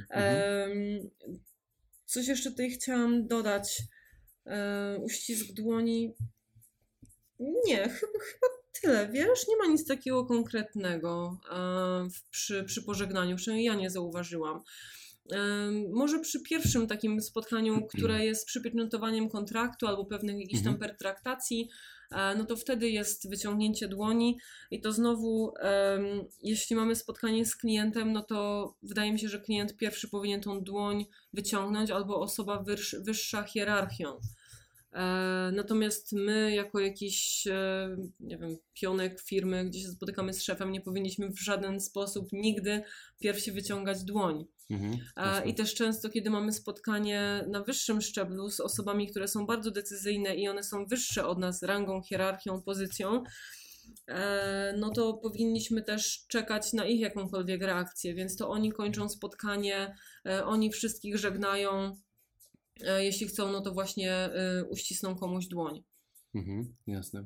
Coś jeszcze tutaj chciałam dodać. Uścisk dłoni. Nie, chyba tyle, wiesz? Nie ma nic takiego konkretnego przy pożegnaniu, przynajmniej ja nie zauważyłam. Może przy pierwszym takim spotkaniu, które jest przypieczętowaniem kontraktu albo pewnych jakichś tam pertraktacji, no to wtedy jest wyciągnięcie dłoni i to znowu, jeśli mamy spotkanie z klientem, no to wydaje mi się, że klient pierwszy powinien tą dłoń wyciągnąć albo osoba wyższa hierarchią. Natomiast my jako jakiś, nie wiem, pionek firmy, gdzie się spotykamy z szefem, nie powinniśmy w żaden sposób nigdy pierwsi wyciągać dłoń. I też często, kiedy mamy spotkanie na wyższym szczeblu z osobami, które są bardzo decyzyjne i one są wyższe od nas rangą, hierarchią, pozycją, no to powinniśmy też czekać na ich jakąkolwiek reakcję, więc to oni kończą spotkanie, oni wszystkich żegnają. Jeśli chcą, no to właśnie uścisną komuś dłoń. Jasne.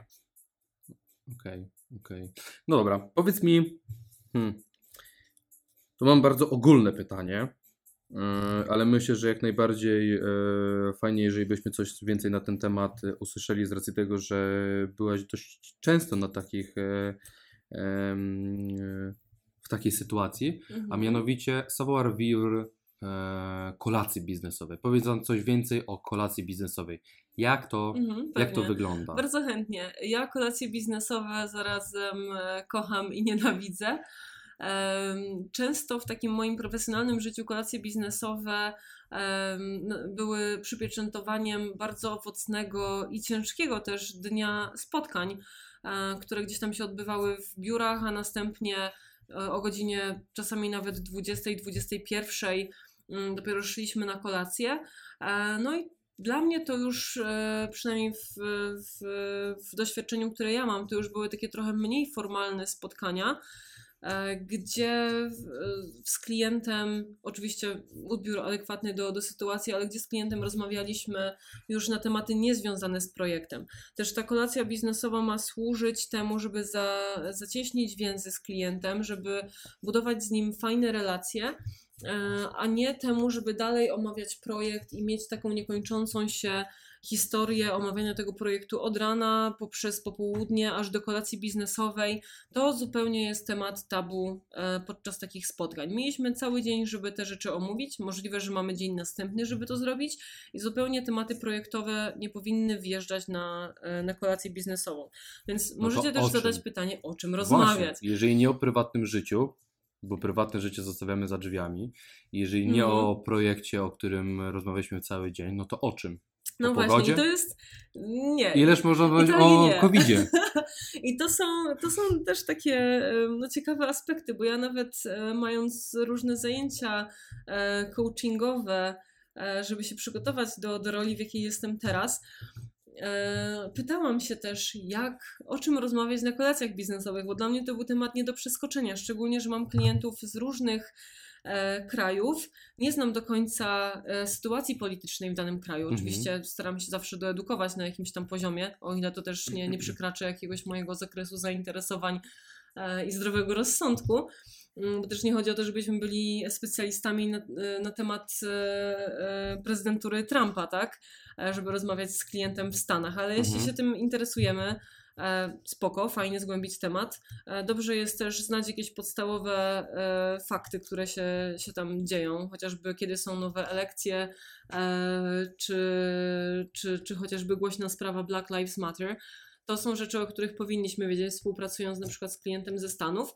Okej. No dobra, powiedz mi, to mam bardzo ogólne pytanie, ale myślę, że jak najbardziej fajnie, jeżeli byśmy coś więcej na ten temat usłyszeli z racji tego, że byłaś dość często na takich w takiej sytuacji, a mianowicie savoir-vivre kolacji biznesowej. Powiedz nam coś więcej o kolacji biznesowej. Jak to wygląda? Bardzo chętnie. Ja kolacje biznesowe zarazem kocham i nienawidzę. Często w takim moim profesjonalnym życiu kolacje biznesowe były przypieczętowaniem bardzo owocnego i ciężkiego też dnia spotkań, które gdzieś tam się odbywały w biurach, a następnie o godzinie czasami nawet 20-21 dopiero szliśmy na kolację. No i dla mnie to już, przynajmniej w doświadczeniu, które ja mam, to już były takie trochę mniej formalne spotkania, gdzie z klientem, oczywiście odbiór adekwatny do sytuacji, ale gdzie z klientem rozmawialiśmy już na tematy niezwiązane z projektem. Też ta kolacja biznesowa ma służyć temu, żeby zacieśnić więzy z klientem, żeby budować z nim fajne relacje, a nie temu, żeby dalej omawiać projekt i mieć taką niekończącą się historię omawiania tego projektu od rana poprzez popołudnie aż do kolacji biznesowej. To zupełnie jest temat tabu podczas takich spotkań. Mieliśmy cały dzień, żeby te rzeczy omówić. Możliwe, że mamy dzień następny, żeby to zrobić i zupełnie tematy projektowe nie powinny wjeżdżać na kolację biznesową. Więc możecie też zadać pytanie, o czym rozmawiać. Właśnie, jeżeli nie o prywatnym życiu, bo prywatne życie zostawiamy za drzwiami, jeżeli nie o projekcie, o którym rozmawialiśmy cały dzień, no to o czym? No właśnie, pogodzie? I to jest... Nie. Ileż można mówić o COVID-zie? I to są też takie ciekawe aspekty, bo ja nawet mając różne zajęcia coachingowe, żeby się przygotować do roli, w jakiej jestem teraz, pytałam się też, o czym rozmawiać na kolacjach biznesowych, bo dla mnie to był temat nie do przeskoczenia, szczególnie, że mam klientów z różnych krajów. Nie znam do końca sytuacji politycznej w danym kraju. Oczywiście staram się zawsze doedukować na jakimś tam poziomie, o ile to też nie przekracza jakiegoś mojego zakresu zainteresowań i zdrowego rozsądku. Bo też nie chodzi o to, żebyśmy byli specjalistami na temat prezydentury Trumpa, tak? Żeby rozmawiać z klientem w Stanach, ale jeśli się tym interesujemy, spoko, fajnie zgłębić temat. Dobrze jest też znać jakieś podstawowe fakty, które się tam dzieją, chociażby kiedy są nowe elekcje, czy chociażby głośna sprawa Black Lives Matter. To są rzeczy, o których powinniśmy wiedzieć, współpracując na przykład z klientem ze Stanów.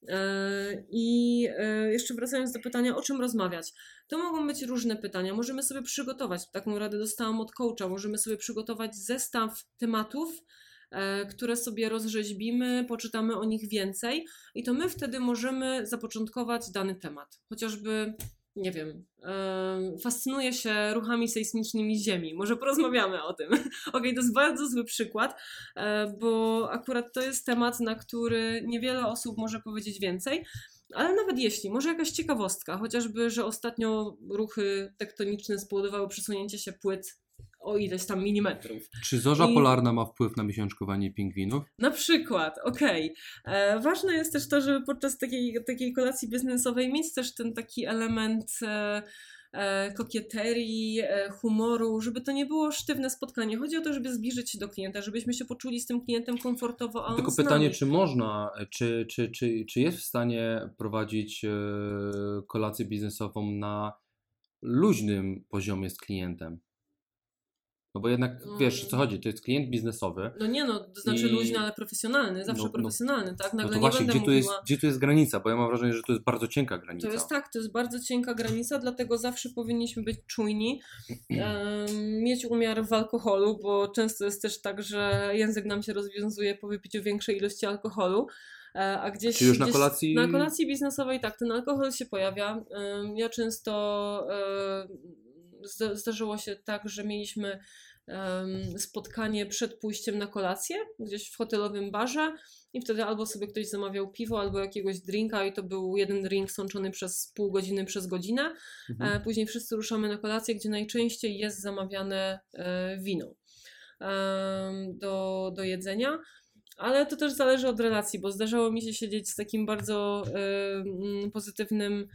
I jeszcze wracając do pytania, o czym rozmawiać. To mogą być różne pytania. Możemy sobie przygotować, taką radę dostałam od coacha, możemy sobie przygotować zestaw tematów, które sobie rozrzeźbimy, poczytamy o nich więcej i to my wtedy możemy zapoczątkować dany temat. Chociażby, nie wiem, fascynuję się ruchami sejsmicznymi Ziemi. Może porozmawiamy o tym. Okej, to jest bardzo zły przykład, bo akurat to jest temat, na który niewiele osób może powiedzieć więcej, ale nawet jeśli, może jakaś ciekawostka, chociażby, że ostatnio ruchy tektoniczne spowodowały przesunięcie się płyt o ileś tam milimetrów. Czy zorza polarna ma wpływ na miesiączkowanie pingwinów? Na przykład, okej. Ważne jest też to, żeby podczas takiej kolacji biznesowej mieć też ten taki element kokieterii, humoru, żeby to nie było sztywne spotkanie. Chodzi o to, żeby zbliżyć się do klienta, żebyśmy się poczuli z tym klientem komfortowo, a on tylko z nami. Pytanie, czy można, czy jest w stanie prowadzić kolację biznesową na luźnym poziomie z klientem? No bo jednak, wiesz, o co chodzi, to jest klient biznesowy. No nie no, to znaczy luźny, ale profesjonalny, zawsze profesjonalny, tak? Nagle to właśnie, nie będę mówiła... gdzie tu jest granica? Bo ja mam wrażenie, że to jest bardzo cienka granica. To jest bardzo cienka granica, dlatego zawsze powinniśmy być czujni, mieć umiar w alkoholu, bo często jest też tak, że język nam się rozwiązuje po wypiciu większej ilości alkoholu. A gdzieś, Czy już na kolacji? Na kolacji biznesowej tak, ten alkohol się pojawia. Ja często zdarzyło się tak, że mieliśmy spotkanie przed pójściem na kolację, gdzieś w hotelowym barze i wtedy albo sobie ktoś zamawiał piwo, albo jakiegoś drinka i to był jeden drink sączony przez pół godziny, przez godzinę. Później wszyscy ruszamy na kolację, gdzie najczęściej jest zamawiane wino do jedzenia. Ale to też zależy od relacji, bo zdarzało mi się siedzieć z takim bardzo pozytywnym,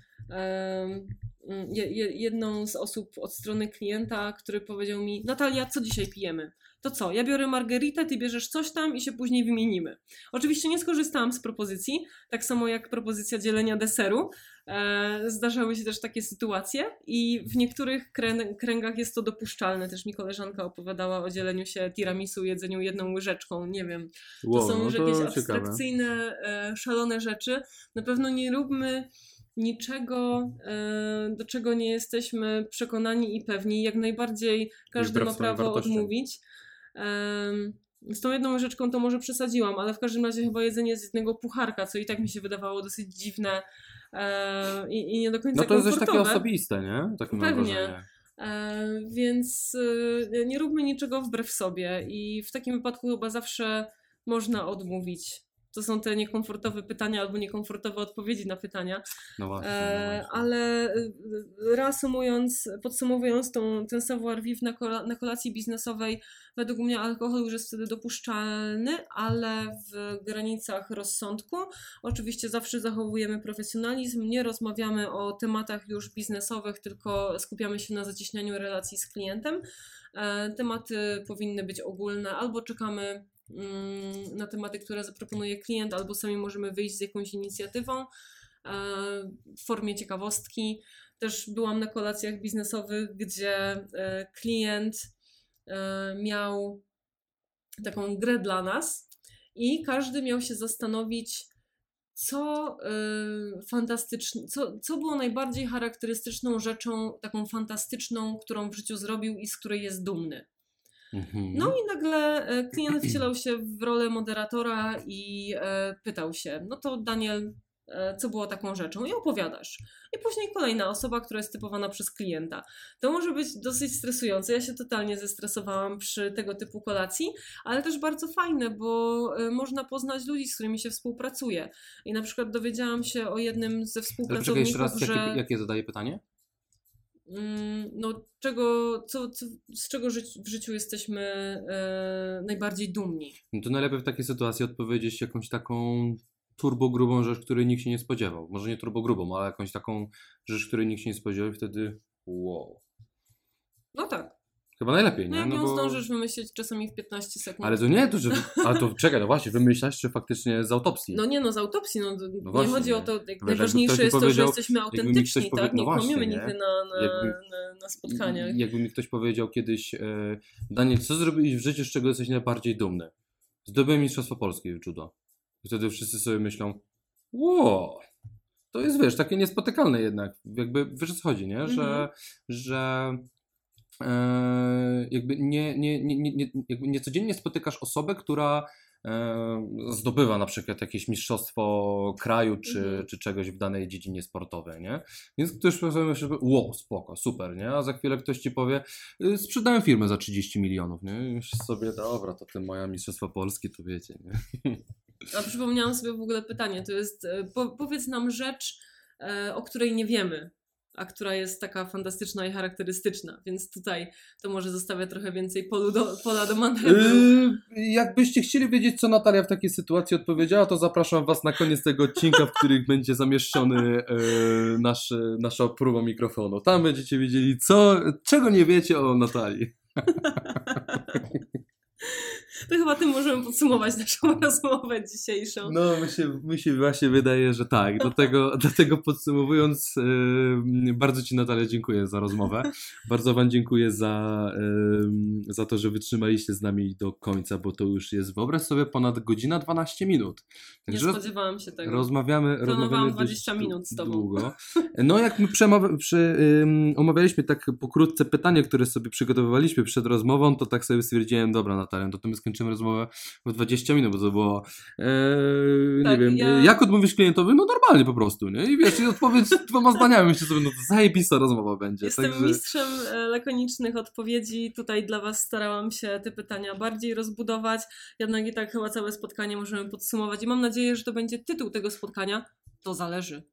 jedną z osób od strony klienta, który powiedział mi: Natalia, co dzisiaj pijemy? To co, ja biorę margeritę, ty bierzesz coś tam i się później wymienimy. Oczywiście nie skorzystałam z propozycji, tak samo jak propozycja dzielenia deseru. Zdarzały się też takie sytuacje i w niektórych kręgach jest to dopuszczalne. Też mi koleżanka opowiadała o dzieleniu się tiramisu, jedzeniu jedną łyżeczką, nie wiem. To są już jakieś abstrakcyjne, szalone rzeczy. Na pewno nie róbmy niczego, do czego nie jesteśmy przekonani i pewni. Jak najbardziej każdy ma prawo odmówić. Z tą jedną łyżeczką to może przesadziłam, ale w każdym razie chyba jedzenie z jednego pucharka, co i tak mi się wydawało dosyć dziwne i nie do końca komfortowe. No to jest też takie osobiste, nie? Tak pewnie. Więc nie róbmy niczego wbrew sobie i w takim wypadku chyba zawsze można odmówić. To są te niekomfortowe pytania albo niekomfortowe odpowiedzi na pytania. No właśnie, ale reasumując, podsumowując ten savoir-vivre na kolacji biznesowej, według mnie alkohol już jest wtedy dopuszczalny, ale w granicach rozsądku. Oczywiście zawsze zachowujemy profesjonalizm, nie rozmawiamy o tematach już biznesowych, tylko skupiamy się na zacieśnianiu relacji z klientem. Tematy powinny być ogólne, albo czekamy na tematy, które zaproponuje klient, albo sami możemy wyjść z jakąś inicjatywą w formie ciekawostki. Też byłam na kolacjach biznesowych, gdzie klient miał taką grę dla nas i każdy miał się zastanowić, co co było najbardziej charakterystyczną rzeczą, taką fantastyczną, którą w życiu zrobił i z której jest dumny. No i nagle klient wcielał się w rolę moderatora i pytał się: no to Daniel, co było taką rzeczą? I opowiadasz. I później kolejna osoba, która jest typowana przez klienta. To może być dosyć stresujące. Ja się totalnie zestresowałam przy tego typu kolacji, ale też bardzo fajne, bo można poznać ludzi, z którymi się współpracuje. I na przykład dowiedziałam się o jednym ze współpracowników, jeszcze raz, jakie zadaję pytanie? No, z czego w życiu jesteśmy najbardziej dumni. No to najlepiej w takiej sytuacji odpowiedzieć jakąś taką turbogrubą rzecz, której nikt się nie spodziewał. Może nie turbogrubą, ale jakąś taką rzecz, której nikt się nie spodziewał i wtedy wow. No tak. Chyba najlepiej, nie? No jak ją zdążysz wymyślić czasami w 15 sekund. Ale to nie, ale to czekaj, no właśnie, wymyślać czy faktycznie z autopsji? No nie, no z autopsji, no właśnie, nie chodzi o to, najważniejsze jest to, że jesteśmy autentyczni, tak? Nie kłamiemy nigdy na spotkaniach. Jakby mi ktoś powiedział kiedyś: Daniel, co zrobiłeś w życiu, z czego jesteś najbardziej dumny? Zdobyłem Mistrzostwo Polskie w judo. I wtedy wszyscy sobie myślą: wow, to jest, wiesz, takie niespotykalne jednak. Jakby, wiesz o co chodzi, nie? Że jakby nie codziennie spotykasz osobę, która zdobywa na przykład jakieś mistrzostwo kraju czy czegoś w danej dziedzinie sportowej, nie? Więc ktoś powie, wow, spoko, super, nie? A za chwilę ktoś ci powie: sprzedałem firmę za 30 milionów, nie? I myślisz sobie: dobra, to ten moja mistrzostwa Polski, to wiecie, nie? A przypomniałam sobie w ogóle pytanie, to jest, powiedz nam rzecz, o której nie wiemy, a która jest taka fantastyczna i charakterystyczna, więc tutaj to może zostawię trochę więcej pola do manewru. Jakbyście chcieli wiedzieć, co Natalia w takiej sytuacji odpowiedziała, to zapraszam Was na koniec tego odcinka, w którym będzie zamieszczony nasza próba mikrofonu. Tam będziecie wiedzieli, czego nie wiecie o Natalii. To chyba tym możemy podsumować naszą rozmowę dzisiejszą. No, mi się właśnie wydaje, że tak. Dlatego podsumowując, bardzo Ci, Natalia, dziękuję za rozmowę. Bardzo Wam dziękuję za to, że wytrzymaliście z nami do końca, bo to już jest, wyobraź sobie, ponad godzina 12 minut. Także nie spodziewałam się tego. Rozmawiamy 20 minut z Tobą. Długo. No, jak my omawialiśmy tak pokrótce pytania, które sobie przygotowywaliśmy przed rozmową, to tak sobie stwierdziłem, dobra, Natalia, to my skończymy rozmowę w 20 minut, bo to było tak, nie wiem, jak odmówisz klientowi? No normalnie po prostu, nie? I wiesz, i odpowiedź 2 zdaniami, myślę sobie, no to zajebista rozmowa będzie. Jestem mistrzem lakonicznych odpowiedzi, tutaj dla Was starałam się te pytania bardziej rozbudować, jednak i tak chyba całe spotkanie możemy podsumować i mam nadzieję, że to będzie tytuł tego spotkania. To zależy.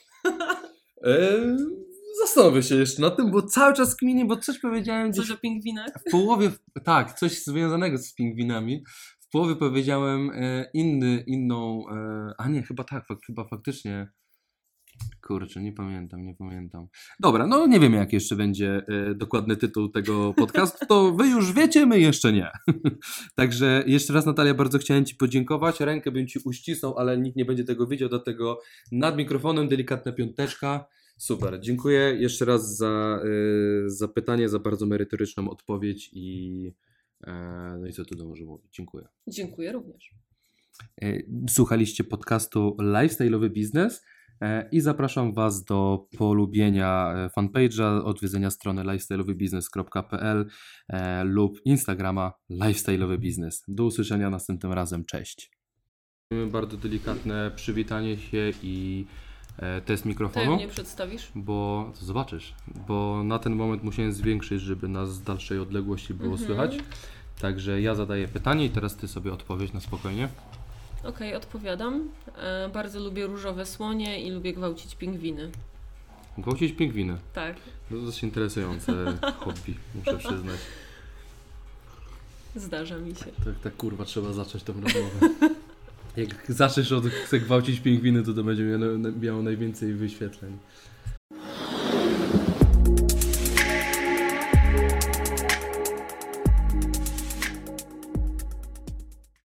Zastanowię się jeszcze nad tym, bo cały czas kminię, bo coś powiedziałem... Coś o pingwinach? W połowie, tak, coś związanego z pingwinami. W połowie powiedziałem inną... A nie, chyba tak, chyba faktycznie... Kurczę, nie pamiętam. Dobra, no nie wiem, jak jeszcze będzie dokładny tytuł tego podcastu, to wy już wiecie, my jeszcze nie. Także jeszcze raz, Natalia, bardzo chciałem Ci podziękować. Rękę bym Ci uścisnął, ale nikt nie będzie tego widział, dlatego nad mikrofonem delikatna piąteczka. Super, dziękuję jeszcze raz za pytanie, za bardzo merytoryczną odpowiedź no i co tu może mówić. Dziękuję. Dziękuję również. Słuchaliście podcastu Lifestyle'owy Biznes i zapraszam Was do polubienia fanpage'a, odwiedzenia strony lifestyle'owybiznes.pl lub Instagrama Lifestyle'owy Biznes. Do usłyszenia następnym razem. Cześć. Bardzo delikatne przywitanie się i test mikrofonu. To jak mnie przedstawisz? Bo to zobaczysz, bo na ten moment musiałem zwiększyć, żeby nas z dalszej odległości było słychać. Także ja zadaję pytanie i teraz Ty sobie odpowiedz na spokojnie. Okej, odpowiadam. Bardzo lubię różowe słonie i lubię gwałcić pingwiny. Gwałcić pingwiny? Tak. To dość interesujące hobby, muszę przyznać. Zdarza mi się. Tak kurwa, trzeba zacząć tą rozmowę. Jak zaczniesz od chcę gwałcić pingwiny, to będzie miało najwięcej wyświetleń.